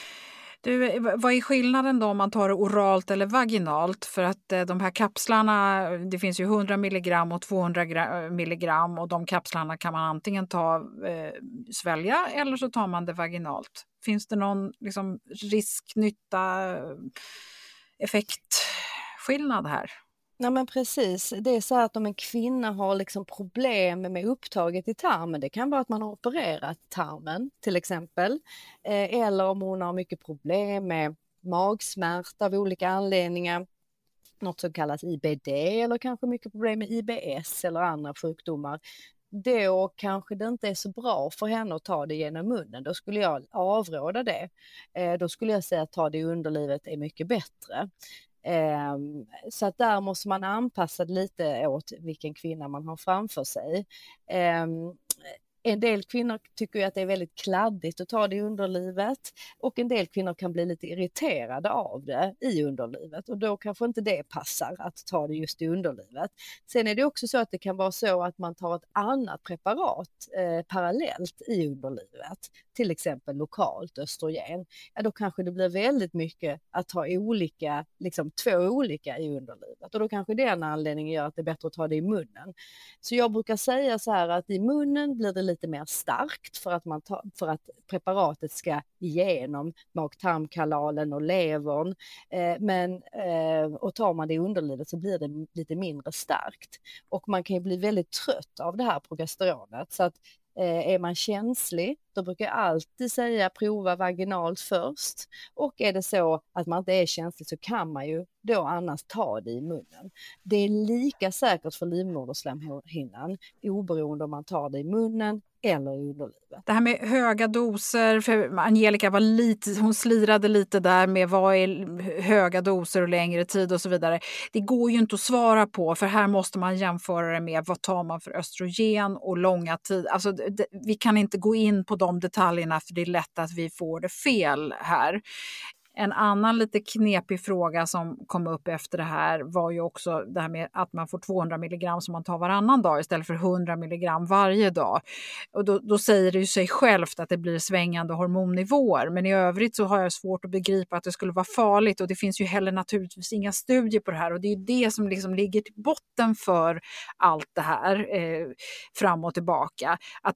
Du, vad är skillnaden då om man tar det oralt eller vaginalt? För att eh, de här kapslarna, det finns ju hundra milligram och tvåhundra milligram, och de kapslarna kan man antingen ta eh, svälja eller så tar man det vaginalt. Finns det någon liksom, risk, nytta, effektskillnad här? Nej men precis, det är så att om en kvinna har liksom problem med upptaget i tarmen, det kan vara att man har opererat tarmen till exempel, eh, eller om hon har mycket problem med magsmärta av olika anledningar, något som kallas I B D, eller kanske mycket problem med I B S eller andra sjukdomar, då kanske det inte är så bra för henne att ta det genom munnen. Då skulle jag avråda det. Eh, då skulle jag säga att ta det i underlivet är mycket bättre. Um, så att där måste man anpassa lite åt vilken kvinna man har framför sig. Um, en del kvinnor tycker ju att det är väldigt kladdigt att ta det i underlivet, och en del kvinnor kan bli lite irriterade av det i underlivet, och då kanske inte det passar att ta det just i underlivet. Sen är det också så att det kan vara så att man tar ett annat preparat eh, parallellt i underlivet, till exempel lokalt östrogen. Ja, då kanske det blir väldigt mycket att ta olika, liksom två olika i underlivet, och då kanske den anledningen gör att det är bättre att ta det i munnen. Så jag brukar säga så här att i munnen blir det lite mer starkt för att, man ta, för att preparatet ska igenom mag-tarmkanalen och levern, eh, men eh, och tar man det i underlivet så blir det lite mindre starkt, och man kan ju bli väldigt trött av det här progesteronet. Så att eh, är man känslig, då brukar jag alltid säga prova vaginalt först, och är det så att man inte är känslig så kan man ju då annars ta det i munnen. Det är lika säkert för livmoderslemhinnan oberoende om man tar det i munnen eller i underlivet. Det här med höga doser, för Angelica var lite, hon slirade lite där med vad är höga doser och längre tid och så vidare. Det går ju inte att svara på, för här måste man jämföra det med vad tar man för östrogen och långa tid. Alltså det, vi kan inte gå in på de detaljerna, för det är lätt att vi får det fel här. En annan lite knepig fråga som kom upp efter det här var ju också det här med att man får tvåhundra milligram som man tar varannan dag istället för hundra milligram varje dag. Och då, då säger det ju sig självt att det blir svängande hormonnivåer. Men i övrigt så har jag svårt att begripa att det skulle vara farligt. Och det finns ju heller naturligtvis inga studier på det här. Och det är ju det som liksom ligger till botten för allt det här eh, fram och tillbaka. Att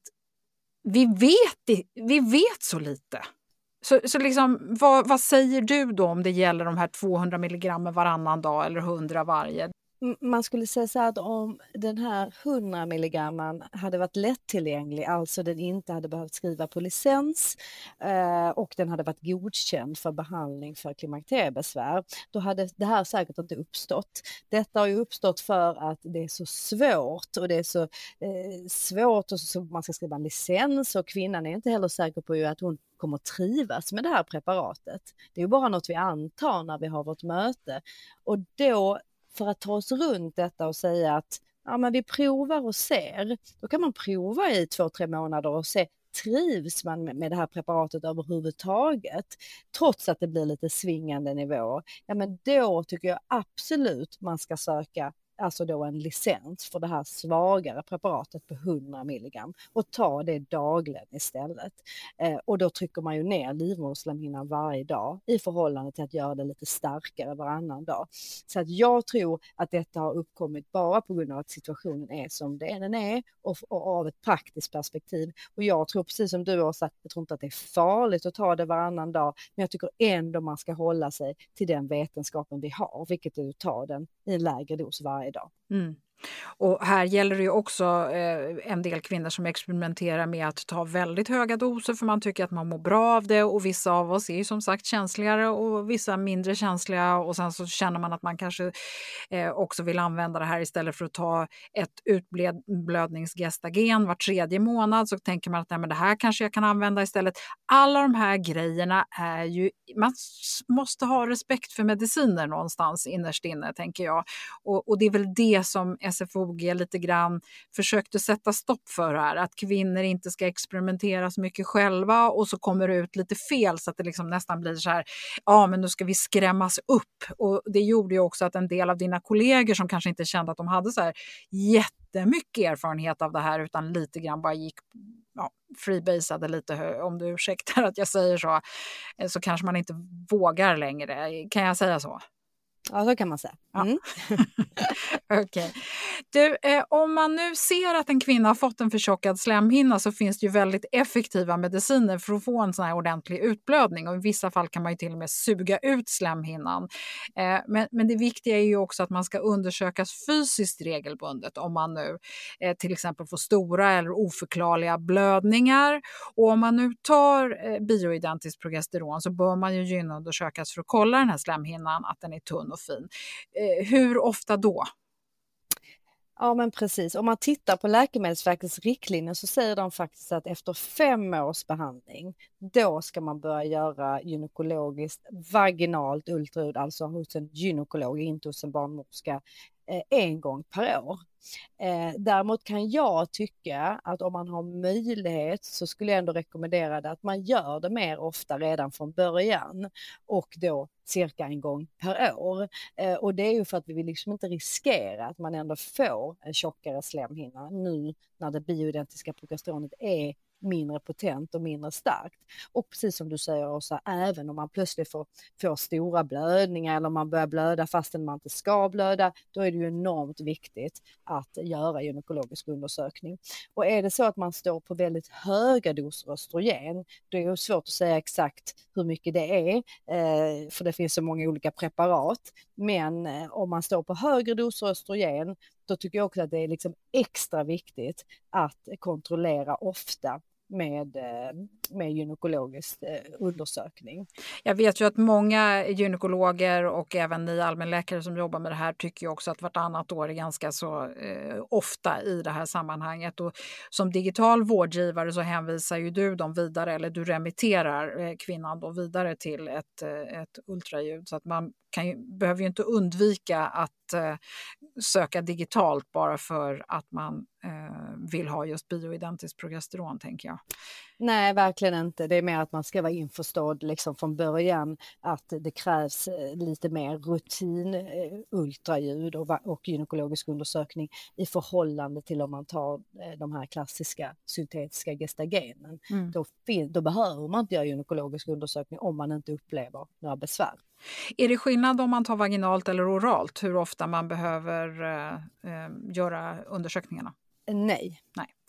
vi vet, vi vet så lite. Så, så liksom, vad, vad säger du då om det gäller de här tvåhundra milligram varannan dag eller hundra varje? man skulle säga så här att om den här hundra milligramman hade varit lättillgänglig, alltså den inte hade behövt skriva på licens eh, och den hade varit godkänd för behandling för klimakteriebesvär, då hade det här säkert inte uppstått. Detta har ju uppstått för att det är så svårt och det är så eh, svårt och så man ska skriva en licens och kvinnan är inte heller säker på ju att hon kommer trivas med det här preparatet. Det är ju bara något vi antar när vi har vårt möte. Och då, för att ta oss runt detta och säga att ja, men vi provar och ser, då kan man prova i två, tre månader och se, trivs man med det här preparatet överhuvudtaget, trots att det blir lite svingande nivå. Ja, men då tycker jag absolut man ska söka alltså då en licens för det här svagare preparatet på hundra milligram och ta det dagligen istället. Eh, och då trycker man ju ner livmoderslemhinnan varje dag i förhållande till att göra det lite starkare varannan dag. Så att jag tror att detta har uppkommit bara på grund av att situationen är som den är och, och av ett praktiskt perspektiv. Och jag tror precis som du har sagt, jag tror inte att det är farligt att ta det varannan dag, men jag tycker ändå man ska hålla sig till den vetenskapen vi har, vilket är att ta den i en lägre dos varje dag. Mm. Och här gäller det ju också eh, en del kvinnor som experimenterar med att ta väldigt höga doser för man tycker att man mår bra av det, och vissa av oss är ju som sagt känsligare och vissa mindre känsliga, och sen så känner man att man kanske eh, också vill använda det här istället för att ta ett utblödningsgestagen var tredje månad, så tänker man att nej, men det här kanske jag kan använda istället. Alla de här grejerna är ju, man måste ha respekt för mediciner någonstans innerst inne, tänker jag, och, och det är väl det som S F O G lite grann försökte sätta stopp för här, att kvinnor inte ska experimentera så mycket själva och så kommer det ut lite fel så att det liksom nästan blir så här, ja men nu ska vi skrämmas upp, och det gjorde ju också att en del av dina kollegor som kanske inte kände att de hade så här jättemycket erfarenhet av det här utan lite grann bara gick, ja, freebasade lite, om du ursäktar att jag säger så, så kanske man inte vågar längre, kan jag säga så? Ja, så kan man säga. Mm. Ja. Okej. Okay. Du, eh, om man nu ser att en kvinna har fått en förtjockad slemhinna så finns det ju väldigt effektiva mediciner för att få en sån här ordentlig utblödning, och i vissa fall kan man ju till och med suga ut slemhinnan. Eh, men, men det viktiga är ju också att man ska undersökas fysiskt regelbundet om man nu eh, till exempel får stora eller oförklarliga blödningar, och om man nu tar eh, bioidentiskt progesteron så bör man ju gynundersökas för att kolla den här slemhinnan att den är tunn och fin. Eh, hur ofta då? Ja, men precis. Om man tittar på Läkemedelsverkets riktlinjer så säger de faktiskt att efter fem års behandling, då ska man börja göra gynekologiskt vaginalt ultraljud, alltså hos en gynekolog, inte hos en barnmorska, en gång per år. Eh, däremot kan jag tycka att om man har möjlighet så skulle jag ändå rekommendera det att man gör det mer ofta redan från början, och då cirka en gång per år. Eh, och det är ju för att vi vill liksom inte riskera att man ändå får en tjockare slemhinna nu när det bioidentiska progesteronet är mindre potent och mindre starkt. Och precis som du säger också, även om man plötsligt får, får stora blödningar eller man börjar blöda fastän man inte ska blöda, då är det ju enormt viktigt att göra gynekologisk undersökning. Och är det så att man står på väldigt höga doser östrogen, då är det svårt att säga exakt hur mycket det är, eh, för det finns så många olika preparat. Men eh, om man står på högre doser östrogen, då tycker jag också att det är liksom extra viktigt att kontrollera ofta med, med gynekologisk undersökning. Jag vet ju att många gynekologer och även ni allmänläkare som jobbar med det här tycker ju också att vartannat år är ganska så eh, ofta i det här sammanhanget. Och som digital vårdgivare så hänvisar ju du dem vidare, eller du remitterar eh, kvinnan då vidare till ett, ett ultraljud, så att man kan ju, behöver ju inte undvika att eh, söka digitalt bara för att man eh, vill ha just bioidentiskt progesteron, tänker jag. Nej, verkligen inte. Det är mer att man ska vara införstådd liksom från början att det krävs lite mer rutin, eh, ultraljud och, och gynekologisk undersökning i förhållande till om man tar eh, de här klassiska syntetiska gestagenen. Mm. Då, då behöver man inte göra gynekologisk undersökning om man inte upplever några besvär. Är det skillnad om man tar vaginalt eller oralt, hur ofta man behöver eh, göra undersökningarna? Nej. Nej.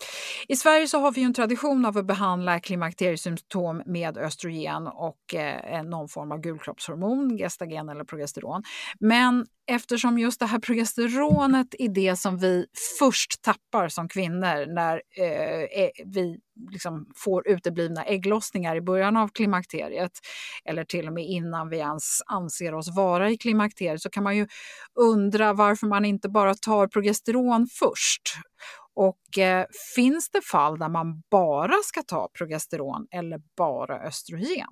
I Sverige så har vi ju en tradition av att behandla klimakteriesymptom med östrogen och eh, någon form av gulkroppshormon, gestagen eller progesteron. Men eftersom just det här progesteronet är det som vi först tappar som kvinnor när eh, vi liksom får uteblivna ägglossningar i början av klimakteriet eller till och med innan vi ens anser oss vara i klimakteriet, så kan man ju undra varför man inte bara tar progesteron först. Och eh, finns det fall där man bara ska ta progesteron eller bara östrogen?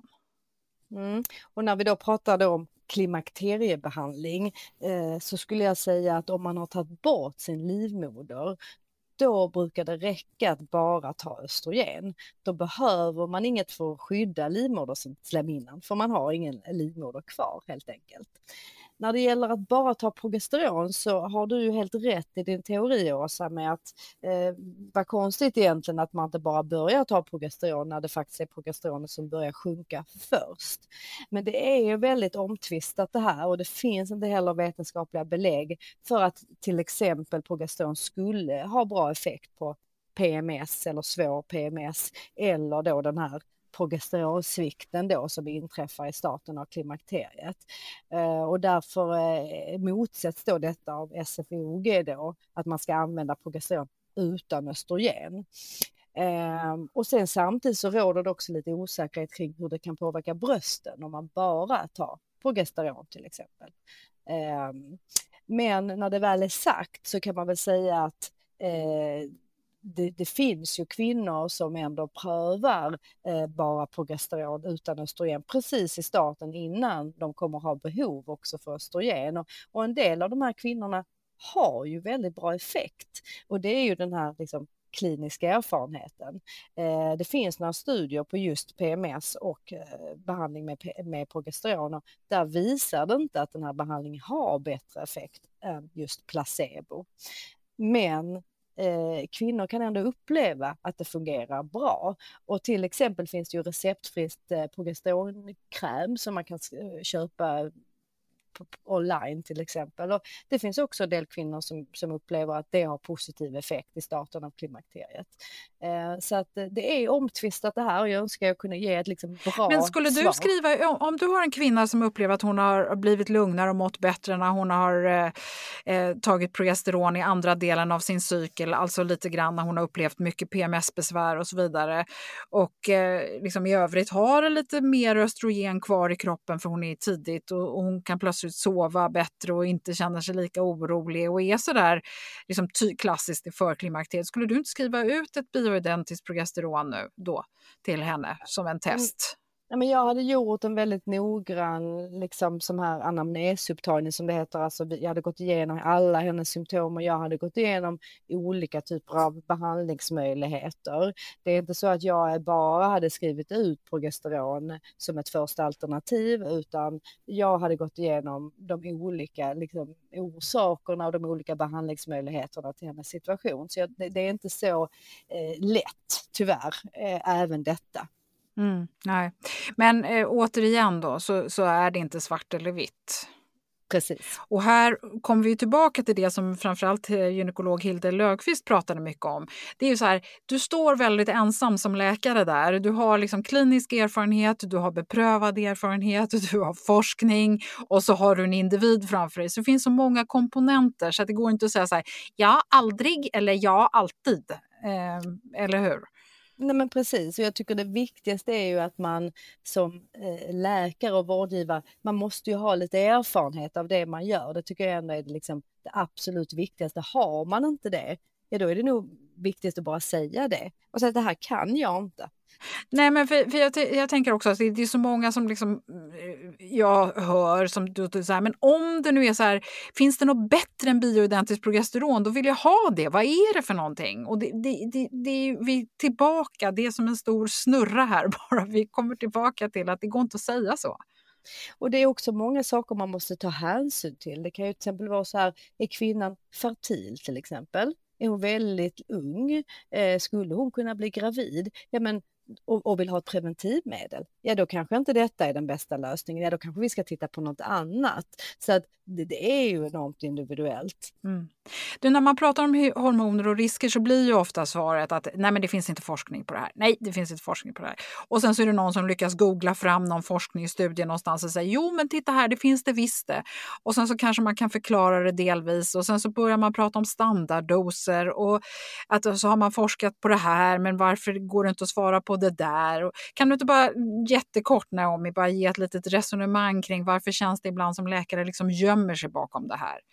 Mm. Och när vi då pratar då om klimakteriebehandling eh, så skulle jag säga att om man har tagit bort sin livmoder, då brukar det räcka att bara ta östrogen. Då behöver man inget för att skydda livmoderslemhinnan, för man har ingen livmoder kvar helt enkelt. När det gäller att bara ta progesteron så har du ju helt rätt i din teori, Åsa, med att eh, vad konstigt egentligen att man inte bara börjar ta progesteron när det faktiskt är progesteronet som börjar sjunka först. Men det är ju väldigt omtvistat det här, och det finns inte heller vetenskapliga belägg för att till exempel progesteron skulle ha bra effekt på P M S eller svår P M S eller då den här progesteronsvikten då som inträffar i starten av klimakteriet. Eh, och därför eh, motsätts då detta av S F O G då, att man ska använda progesteron utan östrogen. Eh, och sen samtidigt så råder det också lite osäkerhet kring hur det kan påverka brösten om man bara tar progesteron till exempel. Eh, men när det väl är sagt så kan man väl säga att eh, Det, det finns ju kvinnor som ändå prövar eh, bara progesteron utan östrogen precis i starten innan de kommer ha behov också för östrogen. Och, och en del av de här kvinnorna har ju väldigt bra effekt, och det är ju den här liksom, kliniska erfarenheten. Eh, det finns några studier på just P M S och eh, behandling med, med progesteron, och där visar det inte att den här behandlingen har bättre effekt än just placebo. Men Eh, kvinnor kan ändå uppleva att det fungerar bra, och till exempel finns det ju receptfritt eh, progesteronkräm som man kan eh, köpa online till exempel, och det finns också en del kvinnor som, som upplever att det har positiv effekt i starten av klimakteriet. Eh, så att det är omtvistat det här, och jag önskar jag kunde ge ett liksom bra Men skulle du svar. skriva, om du har en kvinna som upplever att hon har blivit lugnare och mått bättre när hon har eh, tagit progesteron i andra delen av sin cykel, alltså lite grann när hon har upplevt mycket P M S-besvär och så vidare, och eh, liksom i övrigt har lite mer östrogen kvar i kroppen för hon är tidigt, och, och hon kan plötsligt sova bättre och inte känner sig lika orolig och är sådär liksom ty- klassiskt i förklimakteriet, skulle du inte skriva ut ett bioidentiskt progesteron nu då till henne som en test? Ja, men jag hade gjort en väldigt noggrann liksom, som här anamnesupptagning som det heter. Alltså, jag hade gått igenom alla hennes symptom, och jag hade gått igenom olika typer av behandlingsmöjligheter. Det är inte så att jag bara hade skrivit ut progesteron som ett första alternativ, utan jag hade gått igenom de olika liksom, orsakerna och de olika behandlingsmöjligheterna till hennes situation. Så jag, det, det är inte så eh, lätt, tyvärr, eh, även detta. Mm, nej. Men eh, återigen då så, så är det inte svart eller vitt. Precis. Och här kommer vi tillbaka till det som framförallt gynekolog Hilde Löfqvist pratade mycket om. Det är ju så här, du står väldigt ensam som läkare där. Du har liksom klinisk erfarenhet, du har beprövad erfarenhet, du har forskning, och så har du en individ framför dig. Så det finns så många komponenter så att det går inte att säga så här, ja, aldrig eller ja, alltid. Eh, eller hur? Nej, men precis, och jag tycker det viktigaste är ju att man som eh, läkare och vårdgivare, man måste ju ha lite erfarenhet av det man gör. Det tycker jag ändå är det, liksom, det absolut viktigaste. Har man inte det, ja, då är det nog viktigt att bara säga det och säga att det här kan jag inte. Nej, men för, för jag, jag tänker också att det, det är så många som liksom, jag hör som du säger, men om det nu är så här, finns det något bättre än bioidentiskt progesteron, då vill jag ha det. Vad är det för någonting? Och det, det, det, det är vi tillbaka, det är som en stor snurra här bara. Vi kommer tillbaka till att det går inte att säga så. Och det är också många saker man måste ta hänsyn till. Det kan ju till exempel vara så här, är kvinnan fertil till exempel? Är hon väldigt ung? Eh, skulle hon kunna bli gravid? Ja, men Och, och vill ha ett preventivmedel, ja då kanske inte detta är den bästa lösningen, ja då kanske vi ska titta på något annat. Så att det, det är ju enormt individuellt. Mm. Du, när man pratar om hormoner och risker så blir ju ofta svaret att nej, men det finns inte forskning på det här. Nej, det finns inte forskning på det här. Och sen så är det någon som lyckas googla fram någon forskningsstudie någonstans och säger jo men titta här, det finns det visst det. Och sen så kanske man kan förklara det delvis och sen så börjar man prata om standarddoser och att så har man forskat på det här men varför går det inte att svara på det där? Och kan du inte bara jättekort Naomi bara ge ett litet resonemang kring varför känns det ibland som läkare liksom gömmer sig bakom det här?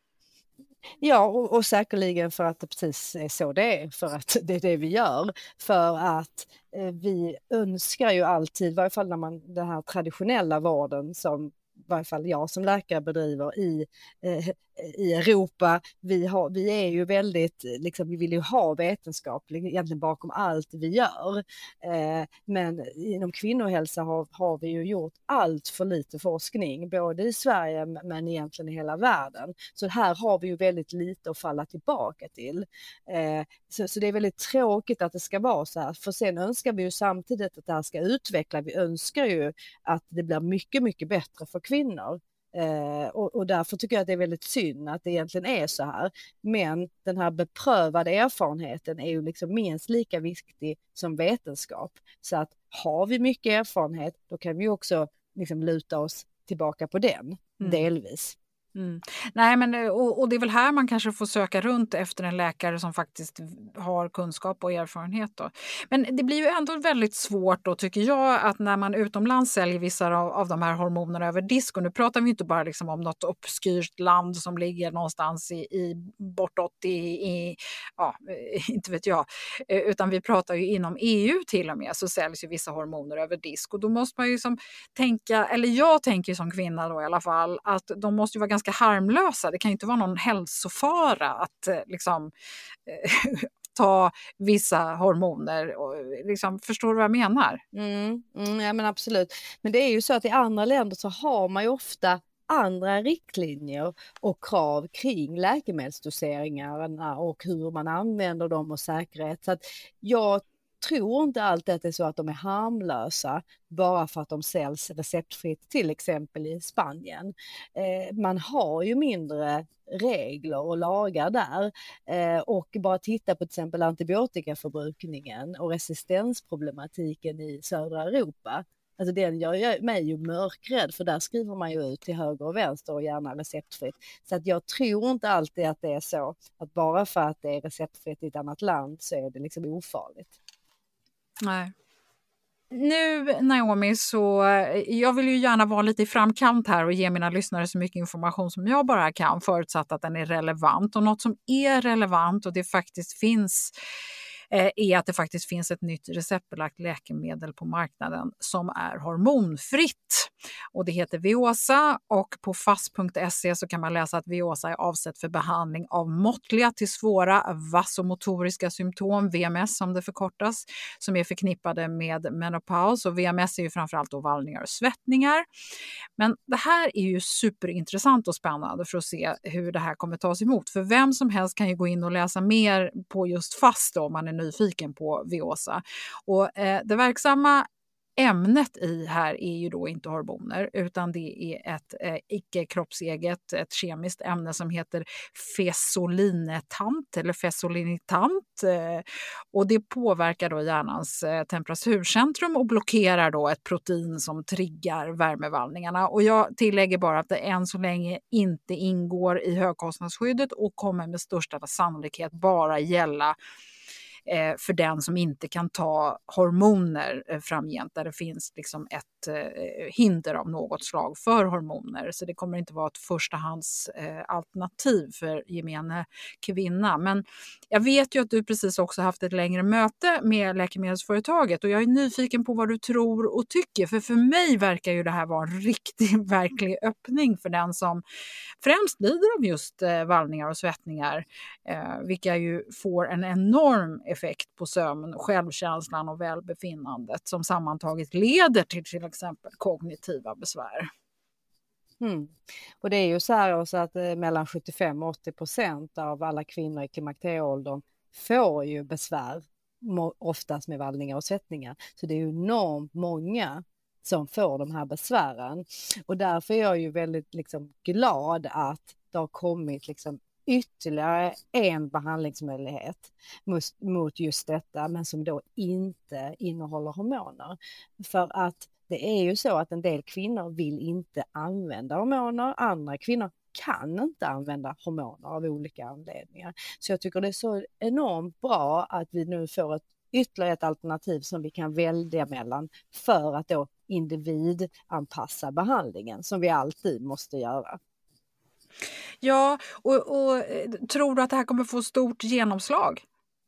Ja, och, och säkerligen för att det precis är så det är, för att det är det vi gör. För att eh, vi önskar ju alltid, i varje fall när man den här traditionella vården som i varje fall jag som läkare bedriver i, eh, i Europa, vi, har, vi är ju väldigt, liksom, vi vill ju ha vetenskap egentligen bakom allt vi gör. Eh, men inom kvinnohälsa har, har vi ju gjort allt för lite forskning, både i Sverige men egentligen i hela världen. Så här har vi ju väldigt lite att falla tillbaka till. Eh, så, så det är väldigt tråkigt att det ska vara så här, för sen önskar vi ju samtidigt att det här ska utveckla. Vi önskar ju att det blir mycket, mycket bättre för kvinnor. Eh, och, och därför tycker jag att det är väldigt synd att det egentligen är så här. Men den här beprövade erfarenheten är ju liksom minst lika viktig som vetenskap. Så att har vi mycket erfarenhet då kan vi också liksom luta oss tillbaka på den, mm. delvis. Mm. Nej, men, och, och det är väl här man kanske får söka runt efter en läkare som faktiskt har kunskap och erfarenhet då. Men det blir ju ändå väldigt svårt då tycker jag att när man utomlands säljer vissa av, av de här hormonerna över disk, och nu pratar vi inte bara liksom om något obskyrt land som ligger någonstans i, i bortåt i, i ja, inte vet jag, utan vi pratar ju inom E U till och med, så säljs ju vissa hormoner över disk, och då måste man ju som tänka, eller jag tänker som kvinna då i alla fall, att de måste ju vara ganska harmlösa. Det kan ju inte vara någon hälsofara att eh, liksom eh, ta vissa hormoner. Och, liksom, förstår du vad jag menar? Mm, mm, ja men absolut. Men det är ju så att i andra länder så har man ju ofta andra riktlinjer och krav kring läkemedelsdoseringarna och hur man använder dem och säkerhet. Så att jag tror inte alltid att det är så att de är harmlösa bara för att de säljs receptfritt till exempel i Spanien. Eh, man har ju mindre regler och lagar där eh, och bara titta på till exempel antibiotikaförbrukningen och resistensproblematiken i södra Europa. Alltså den gör mig ju mörkrädd, för där skriver man ju ut till höger och vänster och gärna receptfritt. Så att jag tror inte alltid att det är så att bara för att det är receptfritt i ett annat land så är det liksom ofarligt. Nej. Nu Naomi, så jag vill ju gärna vara lite i framkant här och ge mina lyssnare så mycket information som jag bara kan, förutsatt att den är relevant. Och något som är relevant och det faktiskt finns är att det faktiskt finns ett nytt receptbelagt läkemedel på marknaden som är hormonfritt. Och det heter Veosa, och på F A S punkt se så kan man läsa att Veosa är avsett för behandling av måttliga till svåra vasomotoriska symptom, V M S som det förkortas, som är förknippade med menopaus. Och V M S är ju framförallt då vallningar och svettningar. Men det här är ju superintressant och spännande för att se hur det här kommer tas emot. För vem som helst kan ju gå in och läsa mer på just F A S då, om man är nyfiken på Veosa. Och eh, det verksamma ämnet i här är ju då inte hormoner, utan det är ett eh, icke-kroppseget, ett kemiskt ämne som heter fesolinetant eller fesolinitant, eh, och det påverkar då hjärnans eh, temperaturcentrum och blockerar då ett protein som triggar värmevallningarna. Och jag tillägger bara att det än så länge inte ingår i högkostnadsskyddet och kommer med största sannolikhet bara gälla för den som inte kan ta hormoner framgent, där det finns liksom ett hinder av något slag för hormoner. Så det kommer inte vara ett förstahands alternativ för gemene kvinna. Men jag vet ju att du precis också haft ett längre möte med läkemedelsföretaget, och jag är nyfiken på vad du tror och tycker. För för mig verkar ju det här vara en riktig, verklig öppning för den som främst lider av just vallningar och svettningar, vilka ju får en enorm effekt på sömn, självkänslan och välbefinnandet som sammantaget leder till till exempel kognitiva besvär. Mm. Och det är ju så här också att eh, mellan sjuttiofem och åttio procent av alla kvinnor i klimakterieåldern får ju besvär, må, oftast med vallningar och svettningar. Så det är ju enormt många som får de här besvären. Och därför är jag ju väldigt liksom glad att det har kommit liksom ytterligare en behandlingsmöjlighet mot, mot just detta, men som då inte innehåller hormoner. För att det är ju så att en del kvinnor vill inte använda hormoner, andra kvinnor kan inte använda hormoner av olika anledningar. Så jag tycker det är så enormt bra att vi nu får ett ytterligare ett alternativ som vi kan välja mellan för att då individanpassa behandlingen som vi alltid måste göra. Ja, och, och tror du att det här kommer få stort genomslag?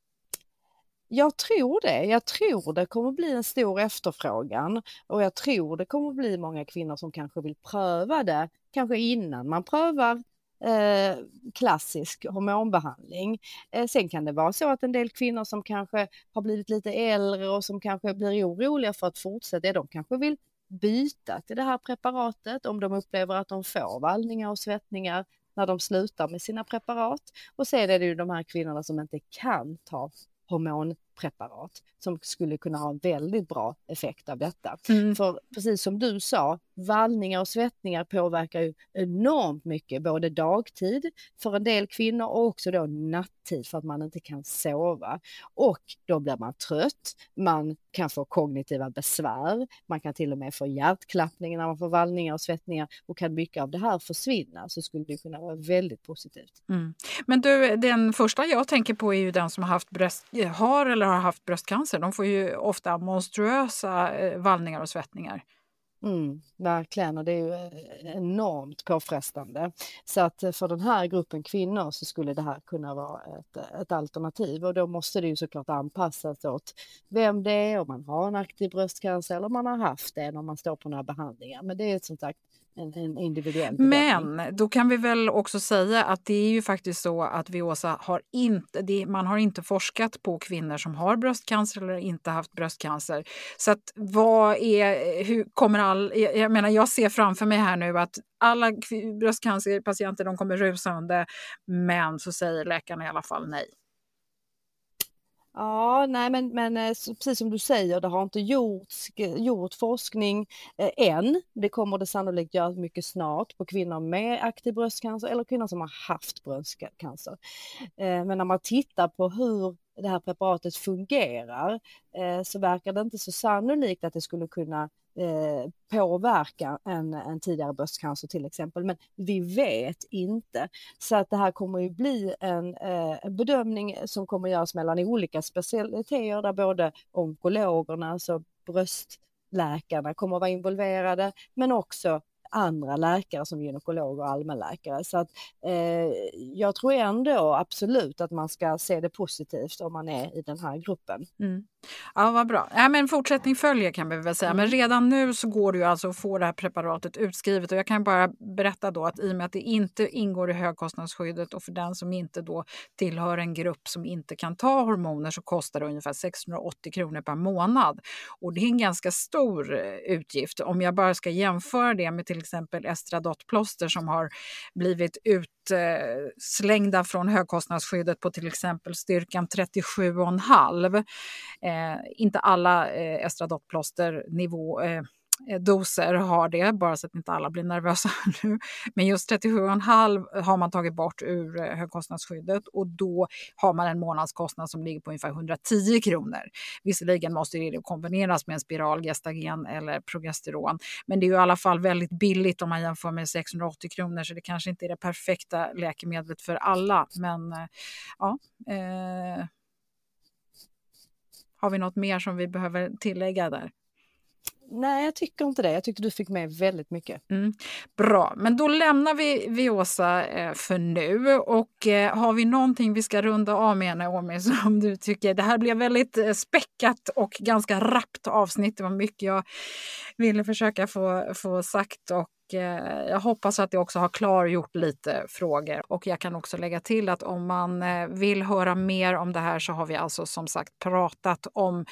Jag tror det. Jag tror det kommer bli en stor efterfrågan och jag tror det kommer bli många kvinnor som kanske vill pröva det, kanske innan man prövar eh, klassisk hormonbehandling. Eh, sen kan det vara så att en del kvinnor som kanske har blivit lite äldre och som kanske blir oroliga för att fortsätta, de kanske vill byta till det här preparatet om de upplever att de får vallningar och svettningar när de slutar med sina preparat. Och sen är det ju de här kvinnorna som inte kan ta hormonpreparat som skulle kunna ha en väldigt bra effekt av detta. Mm. För precis som du sa, vallningar och svettningar påverkar ju enormt mycket, både dagtid för en del kvinnor och också då natttid för att man inte kan sova. Och då blir man trött, man kan få kognitiva besvär, man kan till och med få hjärtklappning när man får vallningar och svettningar, och kan mycket av det här försvinna, så skulle det kunna vara väldigt positivt. Mm. Men du, den första jag tänker på är ju den som har haft bröst, har eller har haft bröstcancer. De får ju ofta monstruösa vallningar och svettningar. Mm, verkligen, och det är ju enormt påfrestande. Så att för den här gruppen kvinnor så skulle det här kunna vara ett, ett alternativ, och då måste det ju såklart anpassas åt vem det är, om man har en aktiv bröstcancer eller om man har haft det när man står på några behandlingar. Men det är som sagt en, en individuell bedömning. Men då kan vi väl också säga att det är ju faktiskt så att Veosa har inte, det, man har inte forskat på kvinnor som har bröstcancer eller inte haft bröstcancer. Så att vad är, hur kommer all, jag menar jag ser framför mig här nu att alla bröstcancerpatienter, de kommer rusande, men så säger läkarna i alla fall nej. Ja, nej men, men precis som du säger, det har inte gjorts, gjort forskning eh, än. Det kommer det sannolikt göra mycket snart på kvinnor med aktiv bröstcancer eller kvinnor som har haft bröstcancer. Eh, men när man tittar på hur det här preparatet fungerar eh, så verkar det inte så sannolikt att det skulle kunna eh, påverka en, en tidigare bröstcancer till exempel. Men vi vet inte. Så att det här kommer ju bli en, eh, en bedömning som kommer göras mellan olika specialiteter där både onkologerna, alltså bröstläkarna, kommer att vara involverade, men också andra läkare som gynekologer och allmänläkare. Så att eh, jag tror ändå absolut att man ska se det positivt om man är i den här gruppen. Mm. Ja, vad bra. Ja, men fortsättning följer kan vi väl säga. Men redan nu så går det ju alltså att få det här preparatet utskrivet. Och jag kan bara berätta då att i och med att det inte ingår i högkostnadsskyddet och för den som inte då tillhör en grupp som inte kan ta hormoner, så kostar det ungefär sexhundraåttio kronor per månad. Och det är en ganska stor utgift. Om jag bara ska jämföra det med till exempel estradotplåster som har blivit utslängda från högkostnadsskyddet på till exempel styrkan trettiosju komma fem. Eh, inte alla eh, estradotplåster nivå eh, doser har det, bara så att inte alla blir nervösa nu. Men just trettiosju komma fem har man tagit bort ur eh, högkostnadsskyddet, och då har man en månadskostnad som ligger på ungefär etthundratio kronor. Visserligen måste det kombineras med en spiral, gestagen eller progesteron, men det är ju i alla fall väldigt billigt om man jämför med sexhundraåttio kronor, så det kanske inte är det perfekta läkemedlet för alla. Men eh, ja... Eh, Har vi något mer som vi behöver tillägga där? Nej, jag tycker inte det. Jag tyckte du fick med väldigt mycket. Mm. Bra, men då lämnar vi Veosa eh, för nu. Och eh, har vi någonting vi ska runda av med, Naomi, som du tycker? Det här blev väldigt eh, späckat och ganska rappt avsnitt. Det var mycket jag ville försöka få, få sagt och eh, jag hoppas att jag också har klargjort lite frågor. Och jag kan också lägga till att om man eh, vill höra mer om det här så har vi alltså som sagt pratat om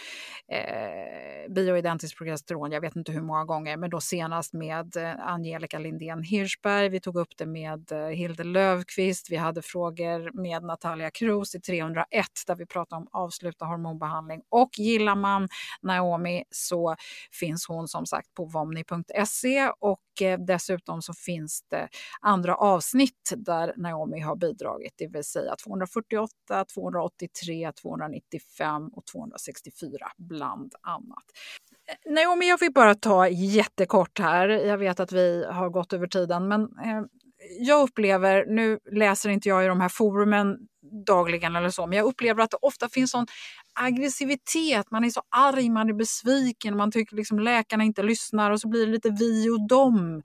eh, bioidentiskt progesteron. Jag vet inte hur många gånger, men då senast med eh, Angelica Lindén Hirschberg. Vi tog upp det med eh, Hilde Löfqvist. Vi hade frågor med Natalia Cruz i trehundraett där vi pratade om avsluta hormonbehandling. Och gillar man Naomi så finns hon som sagt på vomni punkt se och eh, dessutom så finns det andra avsnitt där Naomi har bidragit, det vill säga tvåhundrafyrtioåtta, tvåhundraåttiotre, tvåhundranittiofem och tvåhundrasextiofyra bland annat. Naomi, jag vill bara ta jättekort här. Jag vet att vi har gått över tiden, men eh, jag upplever, nu läser inte jag i de här forumen dagligen eller så, men jag upplever att det ofta finns sån aggressivitet, man är så arg, man är besviken, man tycker liksom läkarna inte lyssnar och så blir det lite vi och dem.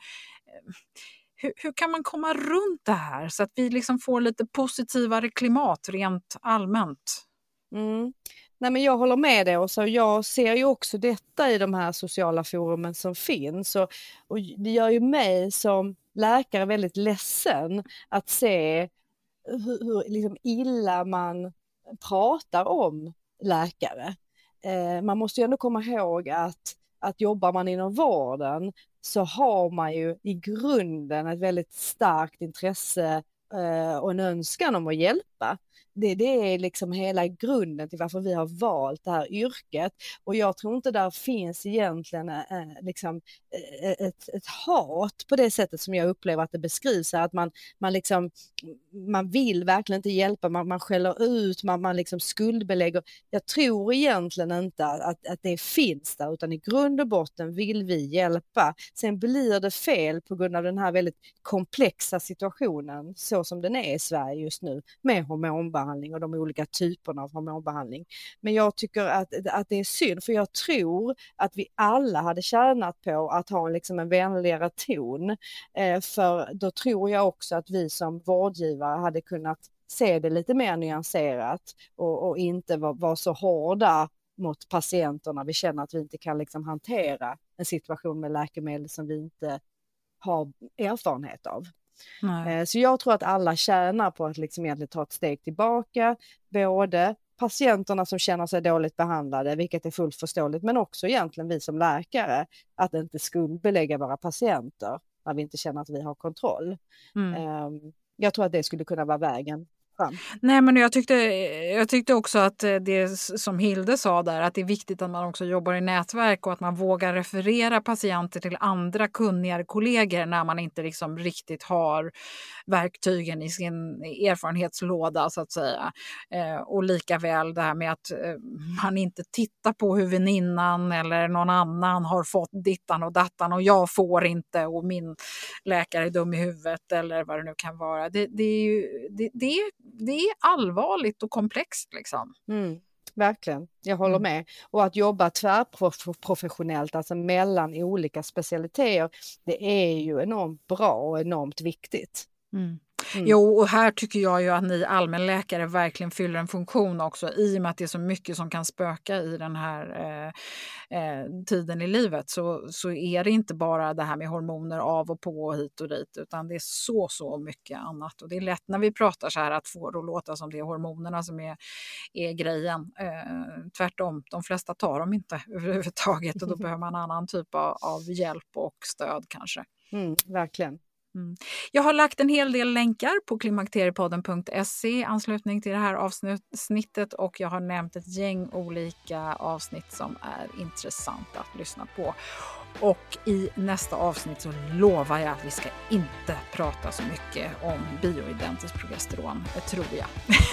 Hur, hur kan man komma runt det här så att vi liksom får lite positivare klimat rent allmänt? Mm. Nej, men jag håller med dig, och så jag ser ju också detta i de här sociala forumen som finns, och, och det gör ju mig som läkare väldigt ledsen att se hur, hur liksom illa man pratar om läkare. Eh, man måste ju ändå komma ihåg att, att jobbar man inom vården så har man ju i grunden ett väldigt starkt intresse eh, och en önskan om att hjälpa. Det, det är liksom hela grunden till varför vi har valt det här yrket, och jag tror inte där finns egentligen eh, liksom, eh, ett, ett hat på det sättet som jag upplever att det beskrivs här, att man, man, liksom, man vill verkligen inte hjälpa, man, man skäller ut, man, man liksom skuldbelägger. Jag tror egentligen inte att, att det finns där, utan i grund och botten vill vi hjälpa. Sen blir det fel på grund av den här väldigt komplexa situationen så som den är i Sverige just nu med hormonbehandling och de olika typerna av hormonbehandling. Men jag tycker att, att det är synd, för jag tror att vi alla hade tjänat på att ha liksom en vänligare ton. Eh, för då tror jag också att vi som vårdgivare hade kunnat se det lite mer nyanserat och, och inte vara var så hårda mot patienterna. Vi känner att vi inte kan liksom hantera en situation med läkemedel som vi inte har erfarenhet av. Nej. Så jag tror att alla tjänar på att liksom egentligen ta ett steg tillbaka, både patienterna som känner sig dåligt behandlade, vilket är fullt förståeligt, men också egentligen vi som läkare, att inte skuldbelägga våra patienter när vi inte känner att vi har kontroll. Mm. Jag tror att det skulle kunna vara vägen fram. Nej, men jag tyckte, jag tyckte också att det som Hilde sa där, att det är viktigt att man också jobbar i nätverk och att man vågar referera patienter till andra kunnigare kollegor när man inte liksom riktigt har verktygen i sin erfarenhetslåda så att säga. Eh, och lika väl det här med att eh, man inte tittar på hur väninnan eller någon annan har fått dittan och dattan och jag får inte och min läkare är dum i huvudet eller vad det nu kan vara. Det, det är ju det, det är Det är allvarligt och komplext liksom. Mm, verkligen, jag håller med. Och att jobba tvärprofessionellt, alltså mellan olika specialiteter, det är ju enormt bra och enormt viktigt. Mm. Mm. Jo, och här tycker jag ju att ni allmänläkare verkligen fyller en funktion också, i och med att det är så mycket som kan spöka i den här eh, eh, tiden i livet, så, så är det inte bara det här med hormoner av och på och hit och dit, utan det är så så mycket annat, och det är lätt när vi pratar så här att få det att låta som det är hormonerna som är, är grejen. Eh, tvärtom, de flesta tar dem inte överhuvudtaget och då behöver man en annan typ av, av hjälp och stöd kanske. Mm, verkligen. Mm. Jag har lagt en hel del länkar på klimakteriepodden punkt se i anslutning till det här avsnittet, och jag har nämnt ett gäng olika avsnitt som är intressanta att lyssna på. Och i nästa avsnitt så lovar jag att vi ska inte prata så mycket om bioidentiskt progesteron, det tror jag.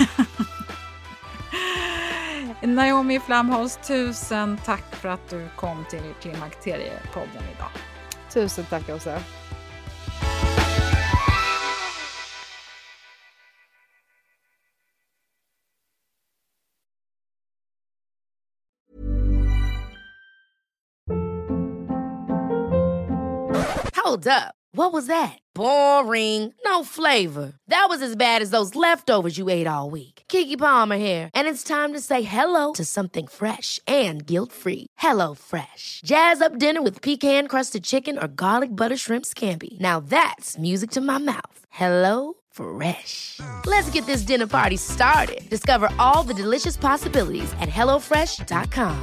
Naomi Flamhals, tusen tack för att du kom till Klimakteriepodden idag. Tusen tack också. Hold up. What was that? Boring. No flavor. That was as bad as those leftovers you ate all week. Keke Palmer here, and it's time to say hello to something fresh and guilt-free. Hello Fresh. Jazz up dinner with pecan-crusted chicken or garlic butter shrimp scampi. Now that's music to my mouth. Hello Fresh. Let's get this dinner party started. Discover all the delicious possibilities at hello fresh dot com.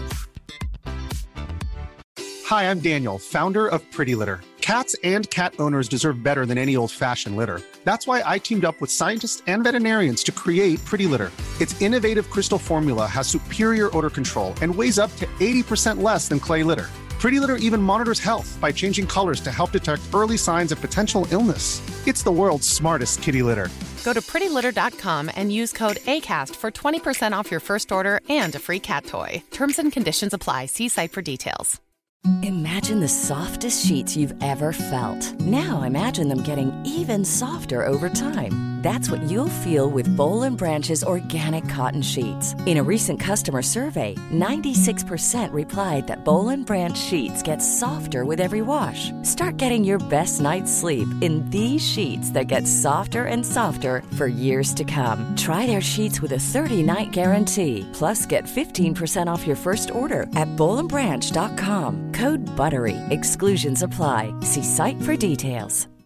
Hi, I'm Daniel, founder of Pretty Litter. Cats and cat owners deserve better than any old-fashioned litter. That's why I teamed up with scientists and veterinarians to create Pretty Litter. Its innovative crystal formula has superior odor control and weighs up to eighty percent less than clay litter. Pretty Litter even monitors health by changing colors to help detect early signs of potential illness. It's the world's smartest kitty litter. Go to pretty litter dot com and use code ACAST for twenty percent off your first order and a free cat toy. Terms and conditions apply. See site for details. Imagine the softest sheets you've ever felt. Now imagine them getting even softer over time. That's what you'll feel with Boll and Branch's organic cotton sheets. In a recent customer survey, ninety-six percent replied that Boll and Branch sheets get softer with every wash. Start getting your best night's sleep in these sheets that get softer and softer for years to come. Try their sheets with a thirty-night guarantee. Plus, get fifteen percent off your first order at boll and branch dot com. Code BUTTERY. Exclusions apply. See site for details.